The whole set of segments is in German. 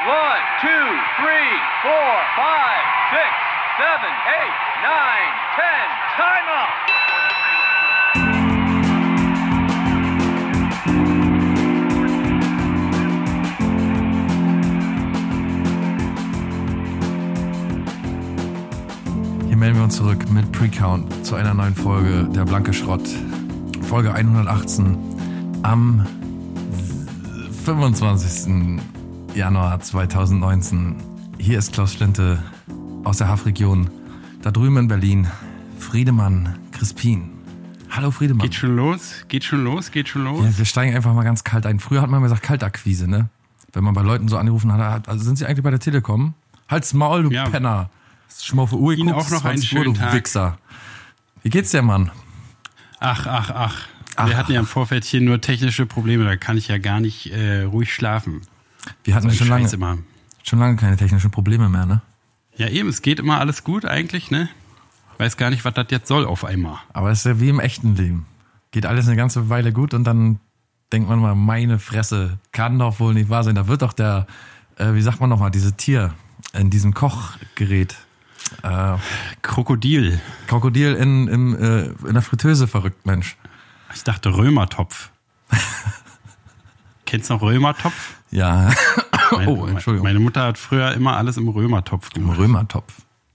1, 2, 3, 4, 5, 6, 7, 8, 9, 10. Time up! Hier melden wir uns zurück mit Pre-Count zu einer neuen Folge Der blanke Schrott. Folge 118 am 25. Januar 2019. Hier ist Klaus Schlinte aus der Haff-Region. Da drüben in Berlin Friedemann Crispin. Hallo Friedemann. Geht schon los. Ja, wir steigen einfach mal ganz kalt ein. Früher hat man gesagt Kaltakquise, ne? Wenn man bei Leuten so angerufen hat, also sind sie eigentlich bei der Telekom? Halt's Maul, du Penner. Hast du schon mal auf die Uhr geguckt? Ihnen auch noch einen schönen Tag. Wichser. Wie geht's dir, Mann? Ach. Wir hatten ja im Vorfeld hier nur technische Probleme, da kann ich ja gar nicht ruhig schlafen. Wir hatten schon lange keine technischen Probleme mehr, ne? Ja eben, es geht immer alles gut eigentlich, ne? Weiß gar nicht, was das jetzt soll auf einmal. Aber es ist ja wie im echten Leben. Geht alles eine ganze Weile gut und dann denkt man mal, meine Fresse, kann doch wohl nicht wahr sein. Da wird doch der, wie sagt man nochmal, dieses Tier in diesem Kochgerät. Krokodil in der Fritteuse verrückt, Mensch. Ich dachte Römertopf. Kennst du noch Römertopf? Ja. Entschuldigung. Meine Mutter hat früher immer alles im Römertopf gemacht. Im Römertopf.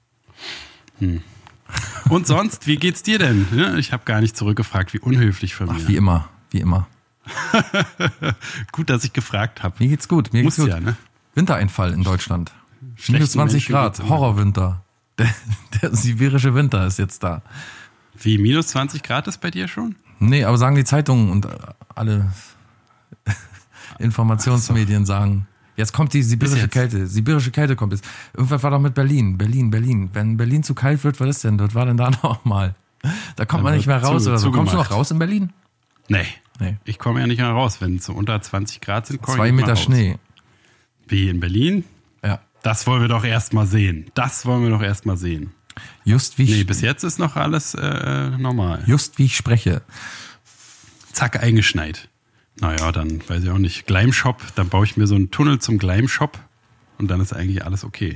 Und sonst, wie geht's dir denn? Ich habe gar nicht zurückgefragt, wie unhöflich von mir. Ach, wie immer. Gut, dass ich gefragt habe. Mir geht's gut. Muss ja, ne? Wintereinfall in Deutschland. Minus 20 Grad, Horrorwinter. Der sibirische Winter ist jetzt da. Wie, minus 20 Grad ist bei dir schon? Nee, aber sagen die Zeitungen und alle Informationsmedien sagen, jetzt kommt die sibirische Kälte. Sibirische Kälte kommt jetzt. Irgendwas war doch mit Berlin. Wenn Berlin zu kalt wird, was ist denn? Was war denn da noch mal? Da kommt man nicht mehr raus oder so. Kommst du noch raus in Berlin? Nee. Ich komme ja nicht mehr raus. Wenn es so unter 20 Grad sind, komme ich 2 nicht mehr Meter raus. Schnee. Wie, in Berlin? Ja. Das wollen wir doch erst mal sehen. Nee, bis jetzt ist noch alles normal. Just wie ich spreche. Zack, eingeschneit. Naja, dann weiß ich auch nicht. Gleimshop, dann baue ich mir so einen Tunnel zum Gleimshop und dann ist eigentlich alles okay.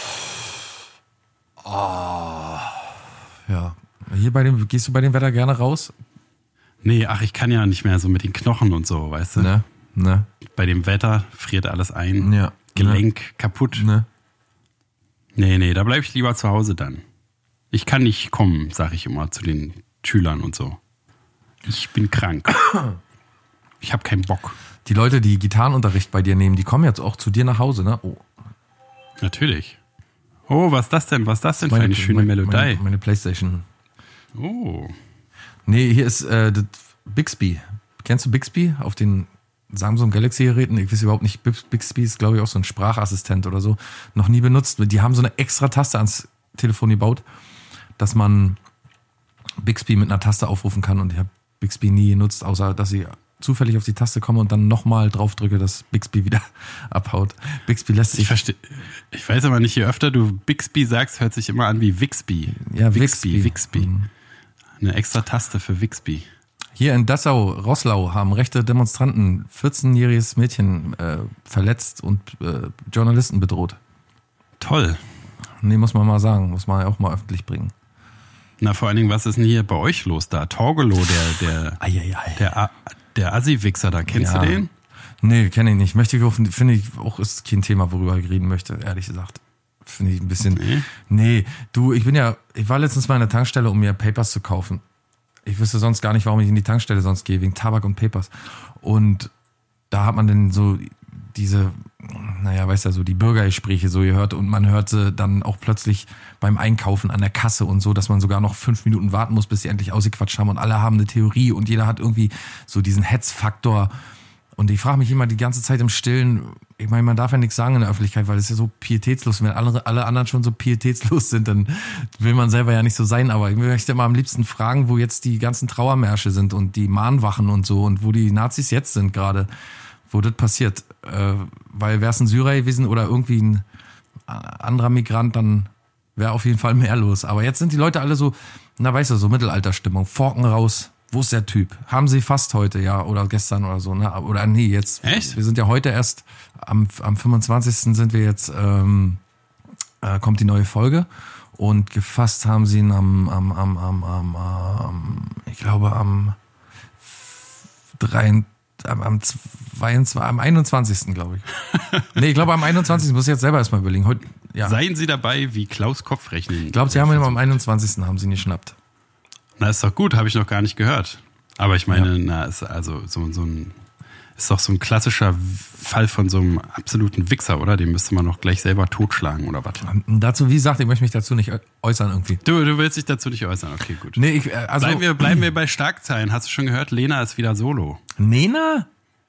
Oh. Ja. Gehst du bei dem Wetter gerne raus? Nee, ich kann ja nicht mehr so mit den Knochen und so, weißt du? Ne. Bei dem Wetter friert alles ein. Ja. Gelenk kaputt. Ne. Nee, da bleibe ich lieber zu Hause dann. Ich kann nicht kommen, sage ich immer zu den Schülern und so. Ich bin krank. Ich habe keinen Bock. Die Leute, die Gitarrenunterricht bei dir nehmen, die kommen jetzt auch zu dir nach Hause, ne? Oh. Natürlich. Oh, was ist das denn? Für eine schöne Melodie? Meine Playstation. Oh. Nee, hier ist das Bixby. Kennst du Bixby auf den Samsung Galaxy-Geräten? Ich weiß überhaupt nicht, Bixby ist, glaube ich, auch so ein Sprachassistent oder so. Noch nie benutzt. Die haben so eine extra Taste ans Telefon gebaut, dass man Bixby mit einer Taste aufrufen kann. Und ich habe Bixby nie genutzt, außer dass ich zufällig auf die Taste komme und dann nochmal drauf drücke, dass Bixby wieder abhaut. Bixby lässt sich... Ich weiß aber nicht, je öfter du Bixby sagst, hört sich immer an wie Wixby. Ja, Wixby. Eine extra Taste für Wixby. Hier in Roßlau haben rechte Demonstranten 14-jähriges Mädchen verletzt und Journalisten bedroht. Toll. Nee, muss man mal sagen. Muss man ja auch mal öffentlich bringen. Na, vor allen Dingen, was ist denn hier bei euch los da? Torgelow, der Assi-Wichser da. Kennst du den? Nee, kenne ich nicht. Finde ich auch, ist kein Thema, worüber ich reden möchte, ehrlich gesagt. Finde ich ein bisschen... Nee, ich war letztens mal in der Tankstelle, um mir Papers zu kaufen. Ich wüsste sonst gar nicht, warum ich in die Tankstelle sonst gehe, wegen Tabak und Papers. Und da hat man dann so diese, so die Bürgergespräche so gehört und man hört sie dann auch plötzlich beim Einkaufen an der Kasse und so, dass man sogar noch 5 Minuten warten muss, bis sie endlich ausgequatscht haben und alle haben eine Theorie und jeder hat irgendwie so diesen Hetzfaktor. Und ich frage mich immer die ganze Zeit im Stillen, ich meine, man darf ja nichts sagen in der Öffentlichkeit, weil es ist ja so pietätslos. Wenn alle anderen schon so pietätslos sind, dann will man selber ja nicht so sein. Aber ich möchte immer am liebsten fragen, wo jetzt die ganzen Trauermärsche sind und die Mahnwachen und so und wo die Nazis jetzt sind gerade, wo das passiert. Weil wäre es ein Syrer gewesen oder irgendwie ein anderer Migrant, dann wäre auf jeden Fall mehr los. Aber jetzt sind die Leute alle so, so Mittelalterstimmung. Forken raus, Wo ist der Typ? Haben sie fast heute, ja, oder gestern oder so, ne? Oder nee, jetzt. Echt? Wir sind ja heute erst, am 25. sind wir jetzt, kommt die neue Folge. Und gefasst haben sie ihn ich glaube am 21. glaube ich. Nee, ich glaube am 21. muss ich jetzt selber erstmal überlegen. Heute, ja. Seien Sie dabei, wie Klaus Kopfrechnen. Ich glaube, sie haben ihn am 21. haben sie ihn geschnappt. Na, ist doch gut, habe ich noch gar nicht gehört. Aber ich meine, ist also ist doch so ein klassischer Fall von so einem absoluten Wichser, oder? Den müsste man noch gleich selber totschlagen, oder was? Dazu, wie gesagt, ich möchte mich dazu nicht äußern irgendwie. Du willst dich dazu nicht äußern, okay, gut. Nee, Bleiben wir bei Schlagzeilen. Hast du schon gehört, Lena ist wieder solo. Lena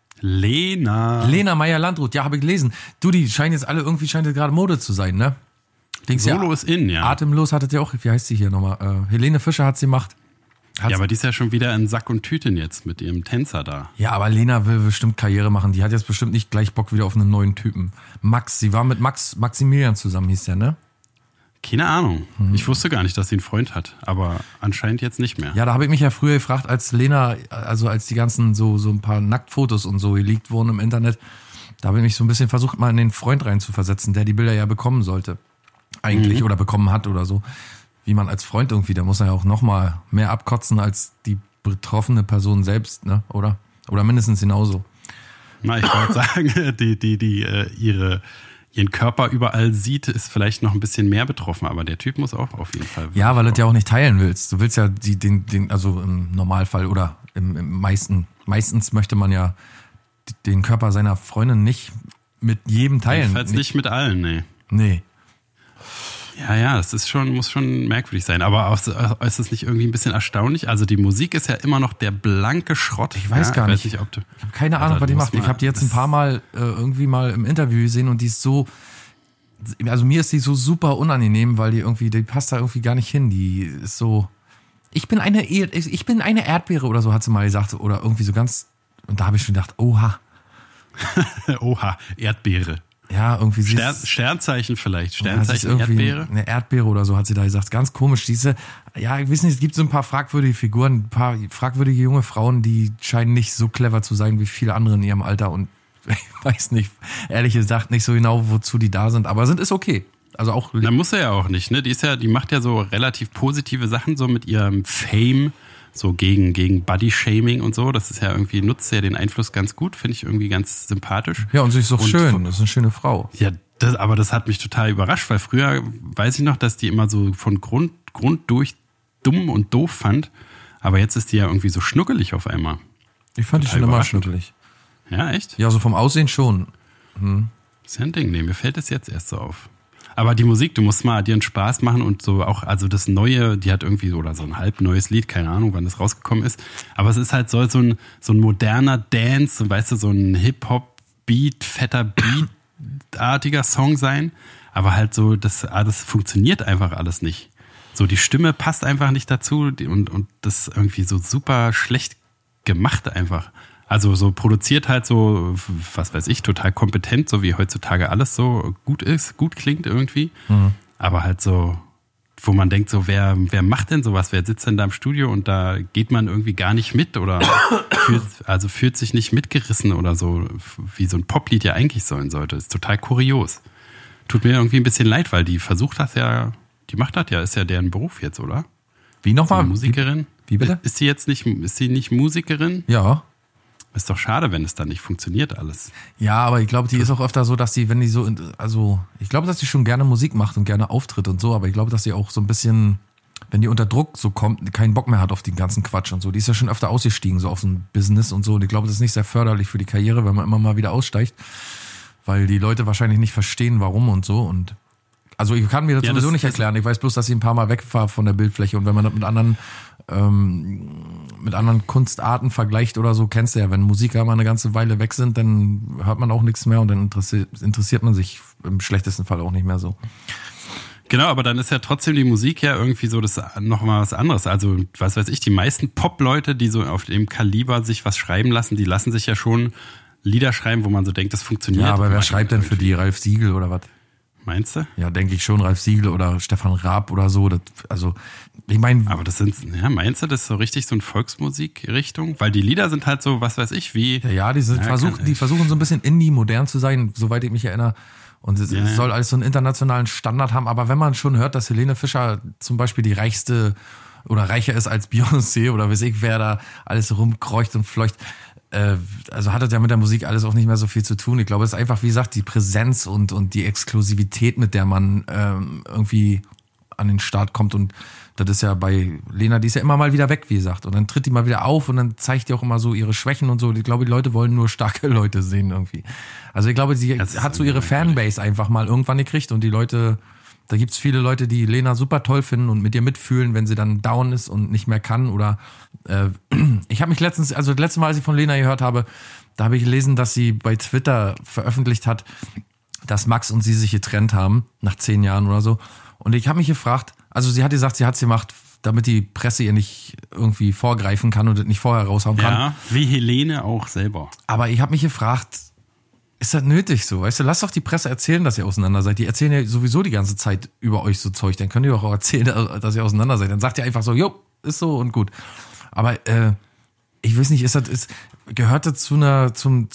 Lena Meyer-Landrut, ja, habe ich gelesen. Du, die scheinen jetzt alle, irgendwie scheint es gerade Mode zu sein, ne? Solo ist in, ja. Atemlos hattet ihr auch, wie heißt sie hier nochmal? Helene Fischer hat sie gemacht. Ja, aber die ist ja schon wieder in Sack und Tüten jetzt mit ihrem Tänzer da. Ja, aber Lena will bestimmt Karriere machen. Die hat jetzt bestimmt nicht gleich Bock wieder auf einen neuen Typen. Sie war mit Maximilian zusammen, hieß der, ne? Keine Ahnung. Ich wusste gar nicht, dass sie einen Freund hat, aber anscheinend jetzt nicht mehr. Ja, da habe ich mich ja früher gefragt, als Lena, also als die ganzen so ein paar Nacktfotos und so geleakt wurden im Internet, da habe ich mich so ein bisschen versucht, mal in den Freund reinzuversetzen, der die Bilder ja bekommen sollte. Eigentlich, oder bekommen hat oder so. Wie man als Freund irgendwie, da muss er ja auch noch mal mehr abkotzen als die betroffene Person selbst, ne? Oder mindestens genauso. Na, ich wollte sagen, ihren Körper überall sieht, ist vielleicht noch ein bisschen mehr betroffen, aber der Typ muss auch auf jeden Fall. Ja, weil du das ja auch nicht teilen willst. Du willst ja also im Normalfall oder meistens möchte man ja den Körper seiner Freundin nicht mit jedem teilen. Jedenfalls nicht mit allen, nee. Nee. Ja, das ist muss schon merkwürdig sein. Aber ist es nicht irgendwie ein bisschen erstaunlich? Also die Musik ist ja immer noch der blanke Schrott. Ich weiß gar nicht. Ich habe keine Ahnung, was die macht. Ich habe die jetzt ein paar Mal irgendwie mal im Interview gesehen und die ist so, also mir ist die so super unangenehm, weil die passt da irgendwie gar nicht hin. Die ist so, ich bin eine Erdbeere oder so, hat sie mal gesagt. Oder irgendwie so ganz, und da habe ich schon gedacht, oha. Oha, Erdbeere. Ja, irgendwie Sternzeichen vielleicht. Sternzeichen Erdbeere? Eine Erdbeere oder so hat sie da gesagt. Ganz komisch. Ich weiß nicht, es gibt so ein paar fragwürdige Figuren, ein paar fragwürdige junge Frauen, die scheinen nicht so clever zu sein wie viele andere in ihrem Alter. Und ich weiß nicht, ehrlich gesagt, nicht so genau, wozu die da sind. Aber ist okay. Also auch. Da muss er ja auch nicht, ne? Die macht ja so relativ positive Sachen, so mit ihrem Fame. So gegen Body-Shaming und so. Das ist ja irgendwie, nutzt ja den Einfluss ganz gut, finde ich irgendwie ganz sympathisch. Ja, und sie ist auch schön, das ist eine schöne Frau. Ja, aber das hat mich total überrascht, weil früher weiß ich noch, dass die immer so von Grund durch dumm und doof fand. Aber jetzt ist die ja irgendwie so schnuckelig auf einmal. Ich fand die schon immer schnuckelig. Ja, echt? Ja, so vom Aussehen schon. Das ist ja ein Ding, nee, mir fällt das jetzt erst so auf. Aber die Musik, du musst mal dir einen Spaß machen und so auch, also das Neue, die hat irgendwie oder so ein halb neues Lied, keine Ahnung, wann das rausgekommen ist. Aber es ist halt, soll so ein moderner Dance, weißt du, so ein Hip-Hop-Beat, fetter Beat-artiger Song sein. Aber halt so, das funktioniert einfach alles nicht. So, die Stimme passt einfach nicht dazu und das irgendwie so super schlecht gemacht einfach. Also so produziert halt so, was weiß ich, total kompetent, so wie heutzutage alles so gut ist, gut klingt irgendwie. Mhm. Aber halt so, wo man denkt so, wer macht denn sowas? Wer sitzt denn da im Studio und da geht man irgendwie gar nicht mit oder fühlt sich nicht mitgerissen oder so, wie so ein Poplied ja eigentlich sein sollte. Ist total kurios. Tut mir irgendwie ein bisschen leid, weil die versucht das ja, die macht das ja, ist ja deren Beruf jetzt, oder? Wie nochmal? Musikerin? Wie bitte? Ist sie nicht Musikerin? Ja. Ist doch schade, wenn es dann nicht funktioniert alles. Ja, aber ich glaube, die ist auch öfter so, dass sie, wenn die so, also ich glaube, dass sie schon gerne Musik macht und gerne auftritt und so, aber ich glaube, dass sie auch so ein bisschen, wenn die unter Druck so kommt, keinen Bock mehr hat auf den ganzen Quatsch und so. Die ist ja schon öfter ausgestiegen, so auf so ein Business und so. Und ich glaube, das ist nicht sehr förderlich für die Karriere, wenn man immer mal wieder aussteigt, weil die Leute wahrscheinlich nicht verstehen, warum und so. Und also ich kann mir das sowieso nicht erklären. Ich weiß bloß, dass sie ein paar Mal weg war von der Bildfläche und wenn man das mit anderen Kunstarten vergleicht oder so, kennst du ja, wenn Musiker mal eine ganze Weile weg sind, dann hört man auch nichts mehr und dann interessiert man sich im schlechtesten Fall auch nicht mehr so. Genau, aber dann ist ja trotzdem die Musik ja irgendwie so das noch mal was anderes. Also, was weiß ich, die meisten Pop-Leute, die so auf dem Kaliber sich was schreiben lassen, die lassen sich ja schon Lieder schreiben, wo man so denkt, das funktioniert. Ja, aber wer schreibt denn für die? Ralf Siegel oder was? Meinst du? Ja, denke ich schon, Ralf Siegel oder Stefan Raab oder so. Also, ich meine... Aber das sind, ja, meinst du, das ist so richtig so eine Volksmusikrichtung? Weil die Lieder sind halt so, was weiß ich, wie... Ja, die versuchen so ein bisschen Indie modern zu sein, soweit ich mich erinnere. Und es soll alles so einen internationalen Standard haben. Aber wenn man schon hört, dass Helene Fischer zum Beispiel die reichste oder reicher ist als Beyoncé oder weiß ich, wer da alles rumkreucht und fleucht, also hat das ja mit der Musik alles auch nicht mehr so viel zu tun. Ich glaube, es ist einfach, wie gesagt, die Präsenz und die Exklusivität, mit der man irgendwie an den Start kommt. Und das ist ja bei Lena, die ist ja immer mal wieder weg, wie gesagt. Und dann tritt die mal wieder auf und dann zeigt die auch immer so ihre Schwächen und so. Ich glaube, die Leute wollen nur starke Leute sehen irgendwie. Also ich glaube, sie hat so ihre Fanbase einfach mal irgendwann gekriegt und die Leute... Da gibt's viele Leute, die Lena super toll finden und mit ihr mitfühlen, wenn sie dann down ist und nicht mehr kann. Oder ich habe mich das letzte Mal, als ich von Lena gehört habe, da habe ich gelesen, dass sie bei Twitter veröffentlicht hat, dass Max und sie sich getrennt haben, nach 10 Jahren oder so. Und ich habe mich gefragt, also sie hat gesagt, sie hat's gemacht, damit die Presse ihr nicht irgendwie vorgreifen kann und das nicht vorher raushauen kann. Ja, wie Helene auch selber. Aber ich habe mich gefragt, ist das nötig so? Weißt du, lass doch die Presse erzählen, dass ihr auseinander seid. Die erzählen ja sowieso die ganze Zeit über euch so Zeug. Dann könnt ihr auch erzählen, dass ihr auseinander seid. Dann sagt ihr einfach so, jo, ist so und gut. Aber ich weiß nicht, gehört das zu einer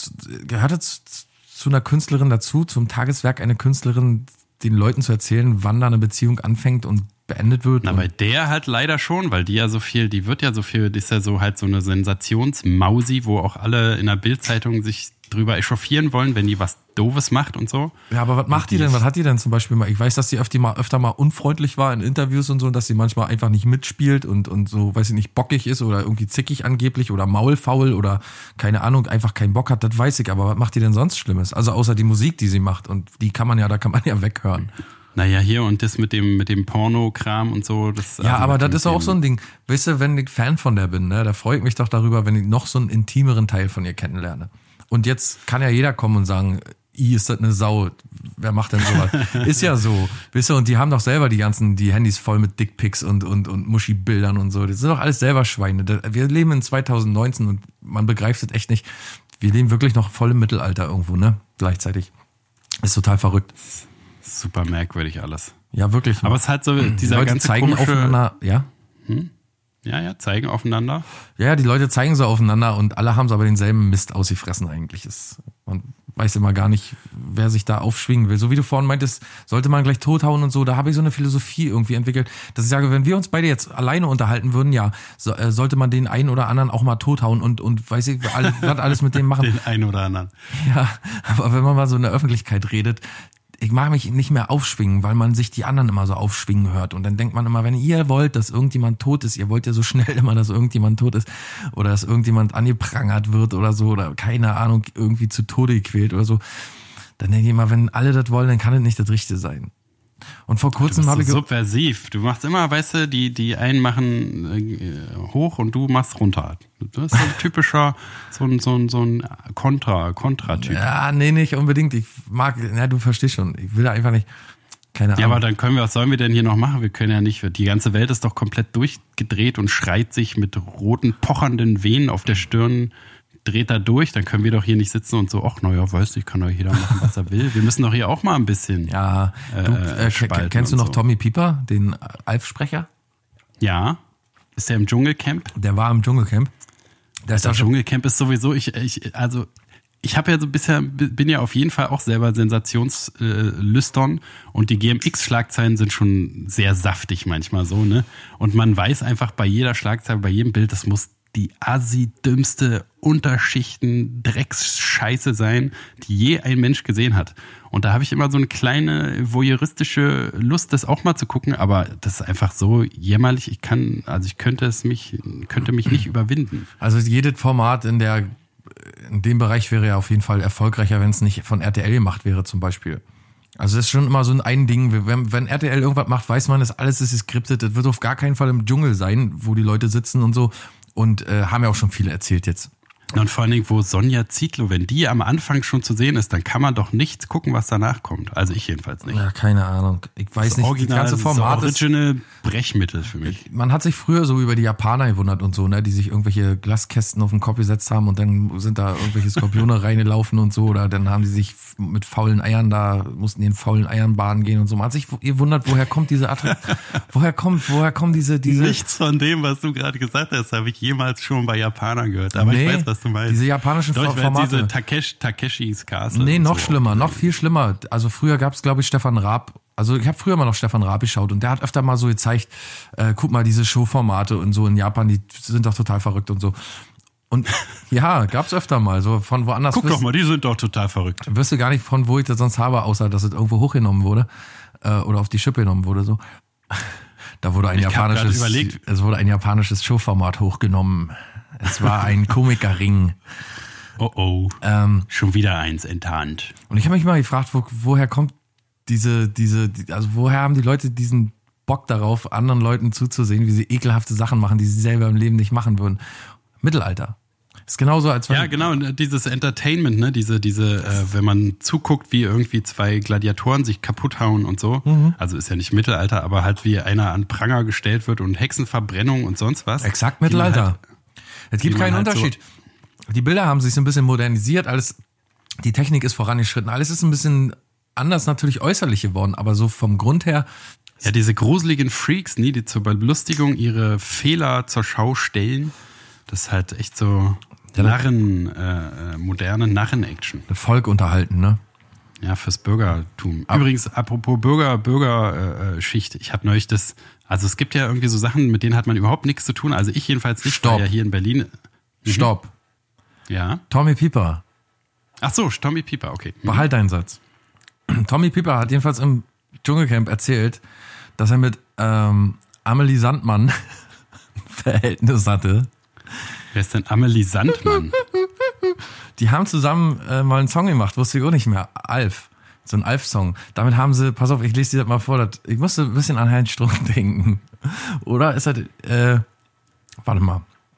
Künstlerin dazu, zum Tageswerk einer Künstlerin, den Leuten zu erzählen, wann da eine Beziehung anfängt und beendet wird? Na, bei der halt leider schon, weil die ist ja so halt so eine Sensationsmausi, wo auch alle in der Bildzeitung sich drüber echauffieren wollen, wenn die was Doofes macht und so. Ja, aber was macht die denn? Was hat die denn zum Beispiel mal? Ich weiß, dass sie öfter mal unfreundlich war in Interviews und so, dass sie manchmal einfach nicht mitspielt und so, weiß ich nicht, bockig ist oder irgendwie zickig angeblich oder maulfaul oder keine Ahnung, einfach keinen Bock hat, das weiß ich. Aber was macht die denn sonst Schlimmes? Also außer die Musik, die sie macht und da kann man ja weghören. Naja, hier und das mit dem Porno-Kram und so. Ja, aber das ist auch so ein Ding. Weißt du, wenn ich Fan von der bin, ne, da freue ich mich doch darüber, wenn ich noch so einen intimeren Teil von ihr kennenlerne. Und jetzt kann ja jeder kommen und sagen, ist das eine Sau? Wer macht denn sowas? Ist ja so. Weißt du, und die haben doch selber die Handys voll mit Dickpics und Muschi-Bildern und so. Das sind doch alles selber Schweine. Wir leben in 2019 und man begreift es echt nicht. Wir leben wirklich noch voll im Mittelalter irgendwo, ne? Gleichzeitig. Ist total verrückt. Super merkwürdig alles. Ja, wirklich. Aber es ist halt so, dieser Leute ganze zeigen komische... aufeinander, ja? Ja, zeigen aufeinander. Ja, die Leute zeigen so aufeinander und alle haben so aber denselben Mist ausgefressen eigentlich. Man weiß immer gar nicht, wer sich da aufschwingen will. So wie du vorhin meintest, sollte man gleich tothauen und so. Da habe ich so eine Philosophie irgendwie entwickelt, dass ich sage, wenn wir uns beide jetzt alleine unterhalten würden, ja, sollte man den einen oder anderen auch mal tothauen und weiß ich, was alles mit dem machen. Den einen oder anderen. Ja, aber wenn man mal so in der Öffentlichkeit redet, ich mag mich nicht mehr aufschwingen, weil man sich die anderen immer so aufschwingen hört. Und dann denkt man immer, wenn ihr wollt, dass irgendjemand tot ist, ihr wollt ja so schnell immer, dass irgendjemand tot ist oder dass irgendjemand angeprangert wird oder so oder keine Ahnung, irgendwie zu Tode gequält oder so. Dann denke ich immer, wenn alle das wollen, dann kann das nicht das Richtige sein. Und vor kurzem habe ich... subversiv. Du machst immer, weißt du, die einen machen hoch und du machst runter. Das ist so ein typischer, so ein Kontra-Typ. Ja, nee, nicht unbedingt. Ich mag, du verstehst schon. Ich will da einfach nicht, keine Ahnung. Ja, aber dann was sollen wir denn hier noch machen? Wir können ja nicht, die ganze Welt ist doch komplett durchgedreht und schreit sich mit roten, pochernden Venen auf der Stirn, dreht da durch, dann können wir doch hier nicht sitzen und so, ach naja, weißt du, kann doch jeder machen, was er will. Wir müssen doch hier auch mal ein bisschen kennst du noch so Tommy Pieper, den Alf-Sprecher? Ja. Ist der im Dschungelcamp? Der war im Dschungelcamp. Das Dschungelcamp ist sowieso, ich habe ja so bisher, bin ja auf jeden Fall auch selber sensationslüstern und die GMX-Schlagzeilen sind schon sehr saftig manchmal so, ne? Und man weiß einfach bei jeder Schlagzeile, bei jedem Bild, das muss die assi-dümmste Unterschichten-Drecksscheiße sein, die je ein Mensch gesehen hat. Und da habe ich immer so eine kleine voyeuristische Lust, das auch mal zu gucken, aber das ist einfach so jämmerlich, ich könnte mich nicht überwinden. Also jedes Format in dem Bereich wäre ja auf jeden Fall erfolgreicher, wenn es nicht von RTL gemacht wäre zum Beispiel. Also das ist schon immer so ein Ding, wenn RTL irgendwas macht, weiß man, das alles ist geskriptet, das wird auf gar keinen Fall im Dschungel sein, wo die Leute sitzen und so. Und haben ja auch schon viele erzählt jetzt. Und vor allen Dingen, wo Sonja Zietlow, wenn die am Anfang schon zu sehen ist, dann kann man doch nichts gucken, was danach kommt. Also ich jedenfalls nicht. Ja, keine Ahnung. Ich weiß Das nicht, Original, das ganze Format das ist... Original Brechmittel für mich. Man hat sich früher so über die Japaner gewundert und so, ne, die sich irgendwelche Glaskästen auf den Kopf gesetzt haben und dann sind da irgendwelche Skorpione reingelaufen und so, oder dann haben die sich mit faulen Eiern mussten die in faulen Eiern baden gehen und so. Man hat sich gewundert, woher kommt diese woher kommt diese... Nichts von dem, was du gerade gesagt hast, habe ich jemals schon bei Japanern gehört. Aber ich weiß, was du meinst. Diese japanischen Formate. Diese Takeshis Castle. Nee, noch schlimmer, noch viel schlimmer. Also früher gab es, glaube ich, Stefan Raab. Also ich habe früher mal noch Stefan Raab geschaut und der hat öfter mal so gezeigt, guck mal, diese Showformate und so in Japan, die sind doch total verrückt und so. Und ja, gab's öfter mal, so von woanders. Guck doch mal, die sind doch total verrückt. Wirst du gar nicht, von wo ich das sonst habe, außer dass es irgendwo hochgenommen wurde oder auf die Schippe genommen wurde. So. Da wurde es wurde ein japanisches Showformat hochgenommen. Es war ein Komikerring. Oh. Schon wieder eins enttarnt. Und ich habe mich mal gefragt, woher kommt also woher haben die Leute diesen Bock darauf, anderen Leuten zuzusehen, wie sie ekelhafte Sachen machen, die sie selber im Leben nicht machen würden. Mittelalter. Ist genauso, als wenn... Ja, genau, dieses Entertainment, ne, wenn man zuguckt, wie irgendwie zwei Gladiatoren sich kaputt hauen und so. Also ist ja nicht Mittelalter, aber halt wie einer an Pranger gestellt wird und Hexenverbrennung und sonst was. Exakt Mittelalter. Es gibt keinen Unterschied. Die Bilder haben sich so ein bisschen modernisiert, die Technik ist vorangeschritten, alles ist ein bisschen anders natürlich äußerlich geworden, aber so vom Grund her... Ja, diese gruseligen Freaks, die zur Belustigung ihre Fehler zur Schau stellen, das ist halt echt so moderne Narren-Action. Volk unterhalten, ne? Ja, fürs Bürgertum. Übrigens, apropos Bürgerschicht, ich habe neulich also es gibt ja irgendwie so Sachen, mit denen hat man überhaupt nichts zu tun, also ich jedenfalls nicht, weil ja hier in Berlin... Stopp. Ja? Tommy Pieper. Ach so, Tommy Pieper, okay. Behalt deinen Satz. Tommy Pieper hat jedenfalls im Dschungelcamp erzählt, dass er mit Amelie Sandmann Verhältnis hatte. Wer ist denn Amelie Sandmann? Die haben zusammen mal einen Song gemacht, wusste ich auch nicht mehr. Alf. So ein Alf-Song. Damit haben sie, pass auf, ich lese dir das mal vor, ich musste ein bisschen an Heinz Strunk denken. Oder ist das, warte mal.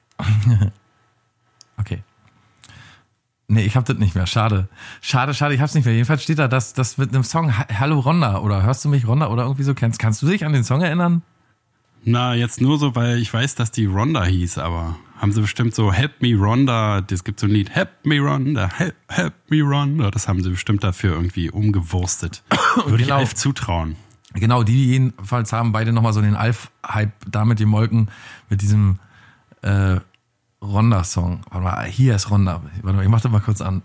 Okay. Nee, ich hab das nicht mehr. Schade, ich hab's nicht mehr. Jedenfalls steht da, dass das mit einem Song Hallo Ronda oder Hörst du mich Ronda oder irgendwie so kennst. Kannst du dich an den Song erinnern? Na, jetzt nur so, weil ich weiß, dass die Ronda hieß, aber haben sie bestimmt so Help Me Ronda, das gibt so ein Lied, Help Me Ronda, Help Me Ronda, das haben sie bestimmt dafür irgendwie umgewurstet. Würde ich Alf zutrauen. Genau, die jedenfalls haben beide nochmal so den Alf-Hype damit gemolken mit diesem Ronda-Song. Warte mal, hier ist Ronda. Warte mal, ich mach das mal kurz an.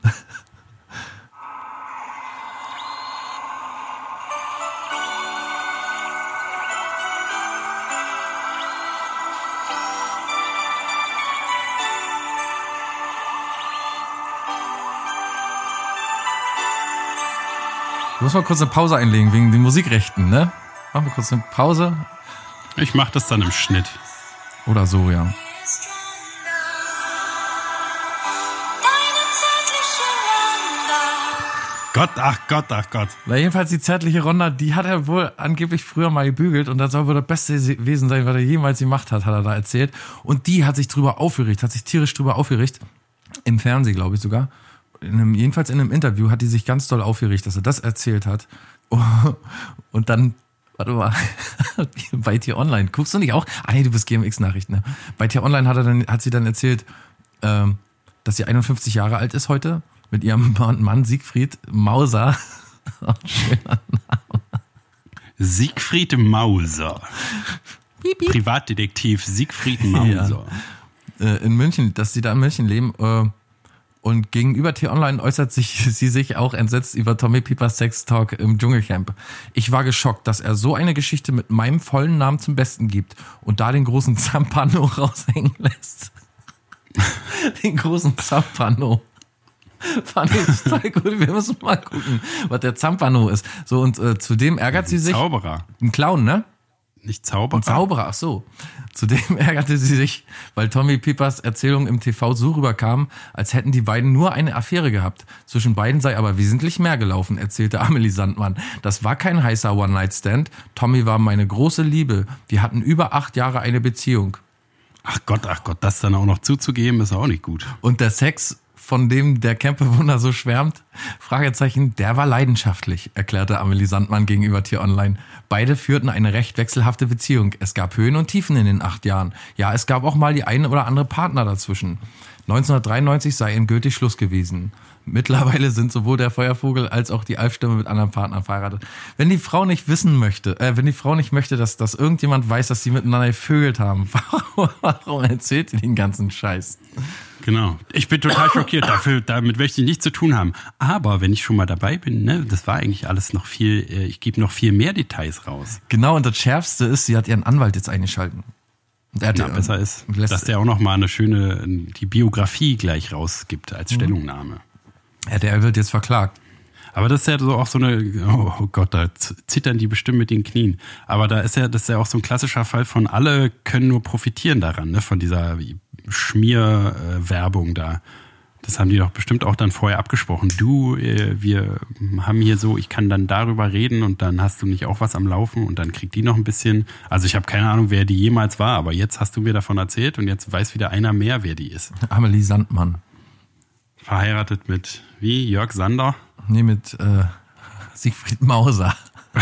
Du musst mal kurz eine Pause einlegen wegen den Musikrechten, ne? Machen wir kurz eine Pause. Ich mach das dann im Schnitt. Oder so, ja. Ach Gott. Na, jedenfalls die zärtliche Ronda, die hat er wohl angeblich früher mal gebügelt und das soll wohl das Beste gewesen sein, was er jemals gemacht hat er da erzählt. Und die hat sich tierisch drüber aufgeregt. Im Fernsehen, glaube ich sogar. Jedenfalls in einem Interview hat die sich ganz doll aufgeregt, dass er das erzählt hat. Und dann, warte mal, bei Tier Online, guckst du nicht auch? Ah nee, du bist GMX-Nachrichten. Ne? Bei Tier Online hat sie dann erzählt, dass sie 51 Jahre alt ist heute, mit ihrem Mann Siegfried Mauser. Schöner Name. Siegfried Mauser. Piep, piep. Privatdetektiv Siegfried Mauser. Ja. In München, dass sie da in München leben. Und gegenüber T-Online äußert sie sich auch entsetzt über Tommy Piepers Sex-Talk im Dschungelcamp. Ich war geschockt, dass er so eine Geschichte mit meinem vollen Namen zum Besten gibt und da den großen Zampano raushängen lässt. Den großen Zampano. Fand ich total gut. Wir müssen mal gucken, was der Zampano ist. So, und zudem ärgert sie sich. Zauberer. Ein Clown, ne? Nicht Zauberer? Ein Zauberer, ach so. Zudem ärgerte sie sich, weil Tommy Piepers Erzählung im TV so rüberkam, als hätten die beiden nur eine Affäre gehabt. Zwischen beiden sei aber wesentlich mehr gelaufen, erzählte Amelie Sandmann. Das war kein heißer One-Night-Stand. Tommy war meine große Liebe. Wir hatten über 8 Jahre eine Beziehung. Ach Gott, das dann auch noch zuzugeben, ist auch nicht gut. Und der Sex, von dem der Campbewunder so schwärmt, Fragezeichen, der war leidenschaftlich, erklärte Amelie Sandmann gegenüber T-Online. Beide führten eine recht wechselhafte Beziehung. Es gab Höhen und Tiefen in den 8 Jahren. Ja, es gab auch mal die eine oder andere Partner dazwischen. 1993 sei endgültig Schluss gewesen. Mittlerweile sind sowohl der Feuervogel als auch die Alfstimme mit anderen Partnern verheiratet. Wenn die Frau nicht möchte, dass irgendjemand weiß, dass sie miteinander gevögelt haben, warum erzählt ihr den ganzen Scheiß? Genau. Ich bin total schockiert. Damit möchte ich nichts zu tun haben. Aber wenn ich schon mal dabei bin, ne, das war eigentlich alles noch ich gebe noch viel mehr Details raus. Genau, und das Schärfste ist, sie hat ihren Anwalt jetzt eingeschalten. Besser ist, dass der auch noch mal die Biografie gleich rausgibt als Stellungnahme. Ja, der wird jetzt verklagt. Aber das ist ja so auch so eine, oh Gott, da zittern die bestimmt mit den Knien. Aber das ist ja auch so ein klassischer Fall von alle können nur profitieren daran, ne, von dieser Schmierwerbung da. Das haben die doch bestimmt auch dann vorher abgesprochen. Wir haben hier so, ich kann dann darüber reden und dann hast du nicht auch was am Laufen und dann kriegt die noch ein bisschen. Also ich habe keine Ahnung, wer die jemals war, aber jetzt hast du mir davon erzählt und jetzt weiß wieder einer mehr, wer die ist. Amelie Sandmann. Verheiratet mit, wie, Jörg Sander? Nee, mit Siegfried Mauser.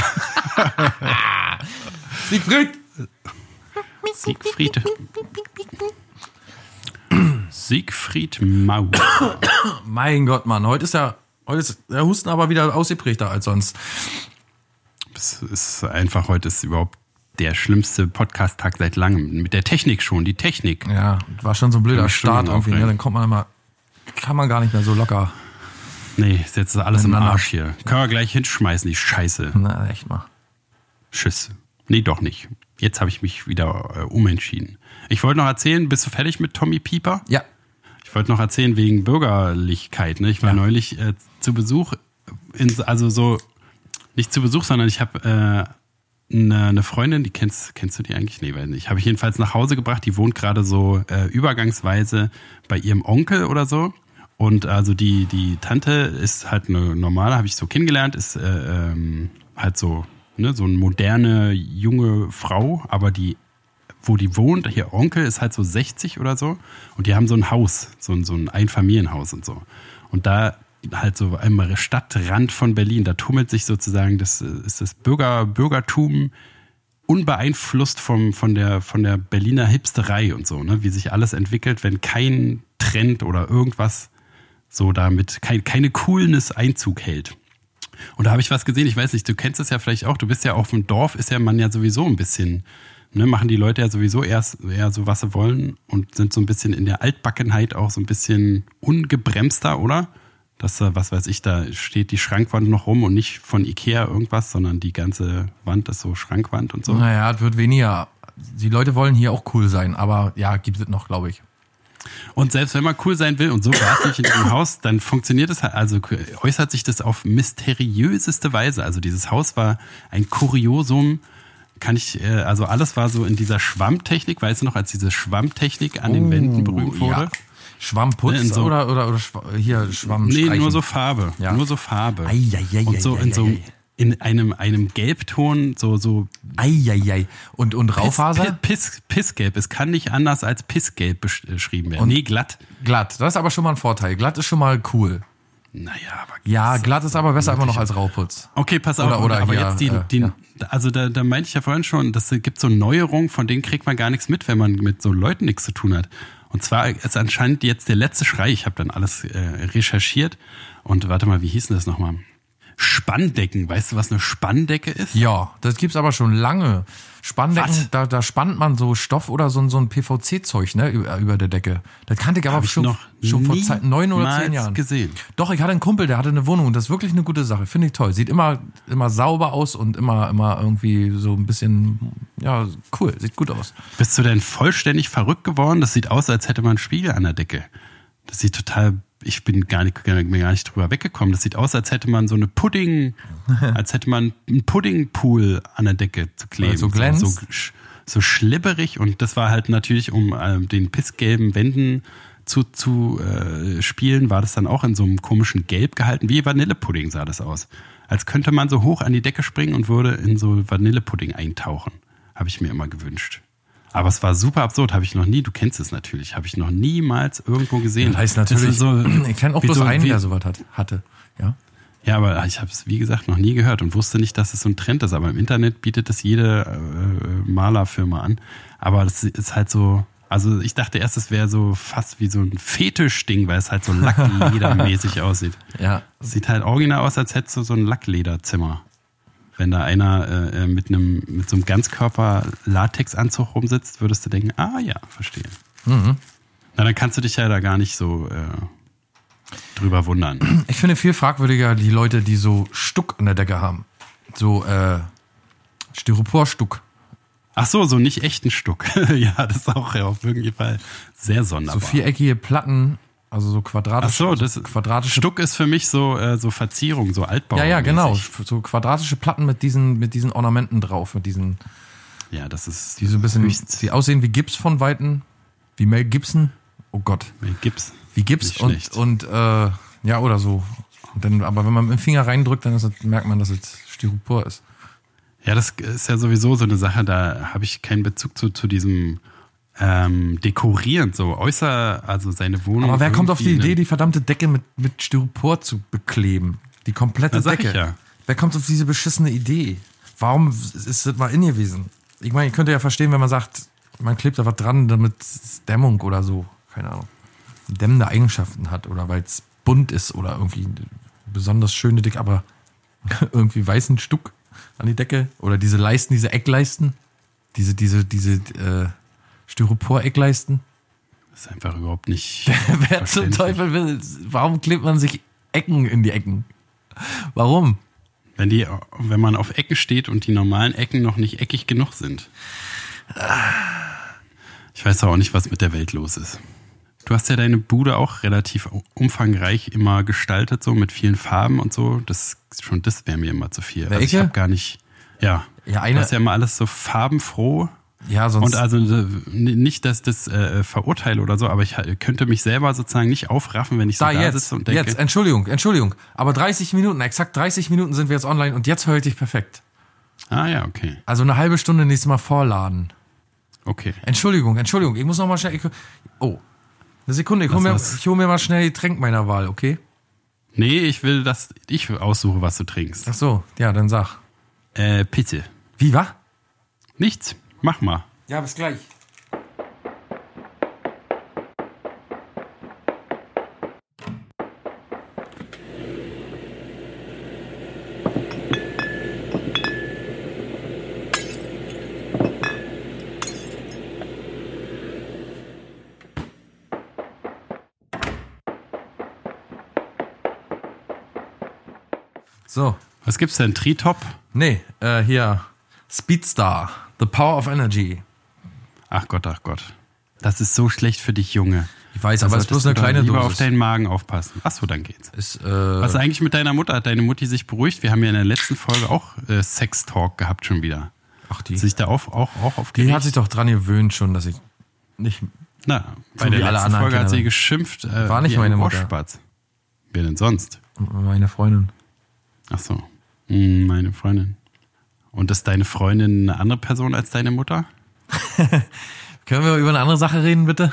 Siegfried Mauser. Mein Gott, Mann, heute ist der Husten aber wieder ausgeprägter als sonst. Es ist einfach, heute ist überhaupt der schlimmste Podcast-Tag seit langem. Mit der Technik schon, die Technik. Ja, war schon so ein blöder Start irgendwie, ne? Dann kann man gar nicht mehr so locker. Nee, ist jetzt alles im Arsch hier. Können wir gleich hinschmeißen, die Scheiße. Na, echt mal. Tschüss. Nee, doch nicht. Jetzt habe ich mich wieder umentschieden. Ich wollte noch erzählen, bist du fertig mit Tommy Pieper? Ja. Ich wollte noch erzählen wegen Bürgerlichkeit. Ne? Ich war neulich zu Besuch, nicht zu Besuch, sondern ich habe eine Freundin, die kennst du die eigentlich? Nee, weiß nicht. Habe ich jedenfalls nach Hause gebracht. Die wohnt gerade so übergangsweise bei ihrem Onkel oder so. Und also die Tante ist halt eine normale, habe ich so kennengelernt, ist halt so, ne, so eine moderne, junge Frau, aber wo die wohnt, ihr Onkel ist halt so 60 oder so und die haben so ein Haus, so ein Einfamilienhaus und so. Und da halt so am Stadtrand von Berlin, da tummelt sich sozusagen, das ist das Bürgertum unbeeinflusst von der Berliner Hipsterei und so, ne, wie sich alles entwickelt, wenn kein Trend oder irgendwas so damit, keine Coolness Einzug hält. Und da habe ich was gesehen, ich weiß nicht, du kennst es ja vielleicht auch, du bist ja auf dem Dorf, ist ja man ja sowieso ein bisschen, ne, machen die Leute ja sowieso eher so, was sie wollen und sind so ein bisschen in der Altbackenheit auch so ein bisschen ungebremster, oder? Dass, was weiß ich, da steht die Schrankwand noch rum und nicht von Ikea irgendwas, sondern die ganze Wand ist so Schrankwand und so. Naja, es wird weniger. Die Leute wollen hier auch cool sein, aber ja, gibt es noch, glaube ich. Und selbst wenn man cool sein will und so war es nicht in dem Haus, dann funktioniert es halt, also äußert sich das auf mysteriöseste Weise. Also dieses Haus war ein Kuriosum, also alles war so in dieser Schwammtechnik, weißt du noch, als diese Schwammtechnik an den Wänden berühmt wurde? Ja. Schwammputz so, oder hier Schwammstreichen? Nee, nur so Farbe. Ja. Nur so Farbe. Und so in einem Gelbton, so. Und Raufaser? Pissgelb. Es kann nicht anders als Pissgelb beschrieben werden. Und nee, glatt. Glatt. Das ist aber schon mal ein Vorteil. Glatt ist schon mal cool. Naja, aber. Ja, glatt ist aber besser immer noch als Rauputz. Okay, pass auf. Oder aber hier, jetzt also da meinte ich ja vorhin schon, das gibt so Neuerungen, von denen kriegt man gar nichts mit, wenn man mit so Leuten nichts zu tun hat. Und zwar ist anscheinend jetzt der letzte Schrei. Ich habe dann alles recherchiert. Und warte mal, wie hieß denn das nochmal? Spanndecken. Weißt du, was eine Spannendecke ist? Ja, das gibt's aber schon lange. Spanndecken, da spannt man so Stoff oder so ein PVC-Zeug, ne, über der Decke. Das kannte ich aber schon vor 9 oder 10 Jahren gesehen. Doch, ich hatte einen Kumpel, der hatte eine Wohnung und das ist wirklich eine gute Sache. Finde ich toll. Sieht immer sauber aus und immer irgendwie so ein bisschen, ja, cool. Sieht gut aus. Bist du denn vollständig verrückt geworden? Das sieht aus, als hätte man einen Spiegel an der Decke. Das sieht total, ich bin gar nicht drüber weggekommen. Das sieht aus, als hätte man einen Puddingpool an der Decke zu kleben. So glänzt. So schlibberig und das war halt natürlich, um den pissgelben Wänden zu spielen, war das dann auch in so einem komischen Gelb gehalten. Wie Vanillepudding sah das aus. Als könnte man so hoch an die Decke springen und würde in so Vanillepudding eintauchen. Habe ich mir immer gewünscht. Aber es war super absurd, habe ich noch nie, du kennst es natürlich, habe ich noch niemals irgendwo gesehen. Das heißt natürlich, so, ich kenne auch bloß einen, der sowas hatte. Ja. Ja, aber ich habe es, wie gesagt, noch nie gehört und wusste nicht, dass es so ein Trend ist. Aber im Internet bietet es jede Malerfirma an. Aber das ist halt so, also ich dachte erst, es wäre so fast wie so ein Fetischding, weil es halt so Lackledermäßig aussieht. Ja. Es sieht halt original aus, als hättest du so ein Lacklederzimmer. Wenn da einer mit so einem Ganzkörper-Latexanzug rumsitzt, würdest du denken, ah ja, verstehe. Mhm. Na, dann kannst du dich ja da gar nicht so drüber wundern. Ich finde viel fragwürdiger die Leute, die so Stuck an der Decke haben. So Styroporstuck. Ach so nicht echten Stuck. Ja, das ist auch auf jeden Fall sehr sonderbar. So viereckige Platten, also so quadratische. Ach so, das quadratische Stuck ist für mich so Verzierung, so Altbau. Ja, genau. So quadratische Platten mit diesen Ornamenten drauf, Ja, das ist die so ein bisschen, die aussehen wie Gips von Weitem, wie Mel Gibson. Oh Gott. Mel Gips. Wie Gips und ja, oder so. Und dann, aber wenn man mit dem Finger reindrückt, dann merkt man, dass es Styropor ist. Ja, das ist ja sowieso so eine Sache, da habe ich keinen Bezug zu diesem Dekorieren, so also seine Wohnung. Aber wer kommt auf die Idee, die verdammte Decke mit Styropor zu bekleben? Die komplette Decke. Ja. Wer kommt auf diese beschissene Idee? Warum ist das mal in gewesen? Ich meine, ich könnte ja verstehen, wenn man sagt, man klebt da was dran, damit es Dämmung oder so, keine Ahnung, dämmende Eigenschaften hat oder weil es bunt ist oder irgendwie eine besonders schöne Decke, aber irgendwie weißen Stuck an die Decke oder diese Leisten, diese Eckleisten, diese Styropor-Eckleisten. Das ist einfach überhaupt nicht. Wer zum Teufel will, warum klebt man sich Ecken in die Ecken? Warum? Wenn man auf Ecken steht und die normalen Ecken noch nicht eckig genug sind. Ich weiß auch nicht, was mit der Welt los ist. Du hast ja deine Bude auch relativ umfangreich immer gestaltet, so mit vielen Farben und so. Das wäre mir immer zu viel. Also ich habe gar nicht. Ja, du hast ja immer alles so farbenfroh. Ja, sonst. Und also nicht, dass das verurteile oder so, aber ich könnte mich selber sozusagen nicht aufraffen, wenn ich so da sitze und denke. Jetzt, Entschuldigung. Aber 30 Minuten, exakt 30 Minuten sind wir jetzt online und jetzt höre ich dich perfekt. Ah ja, okay. Also eine halbe Stunde nächstes Mal vorladen. Okay. Entschuldigung. Ich muss noch mal schnell. Oh, eine Sekunde. Ich hol mir mal schnell die Tränk meiner Wahl, okay? Nee, ich will, dass ich aussuche, was du trinkst. Ach so, ja, dann sag. Bitte. Wie, was? Nichts. Mach mal. Ja, bis gleich. So. Was gibt's denn? Tri-Top? Nee, hier. Speedstar. The Power of Energy. Ach Gott. Das ist so schlecht für dich, Junge. Ich weiß, aber es ist bloß eine kleine Dosis. Lieber Dosis. auf deinen Magen aufpassen. Ach so, dann geht's. Was ist eigentlich mit deiner Mutter? Hat deine Mutti sich beruhigt? Wir haben ja in der letzten Folge auch Sex-Talk gehabt schon wieder. Ach, die. Hat sich da auch aufgeregt? Die hat sich doch dran gewöhnt schon, dass ich nicht... Na, bei der letzten Folge hat sie geschimpft. War nicht meine Mutter. Rohrspatz. Wer denn sonst? Meine Freundin. Ach so. Meine Freundin. Und ist deine Freundin eine andere Person als deine Mutter? Können wir über eine andere Sache reden, bitte?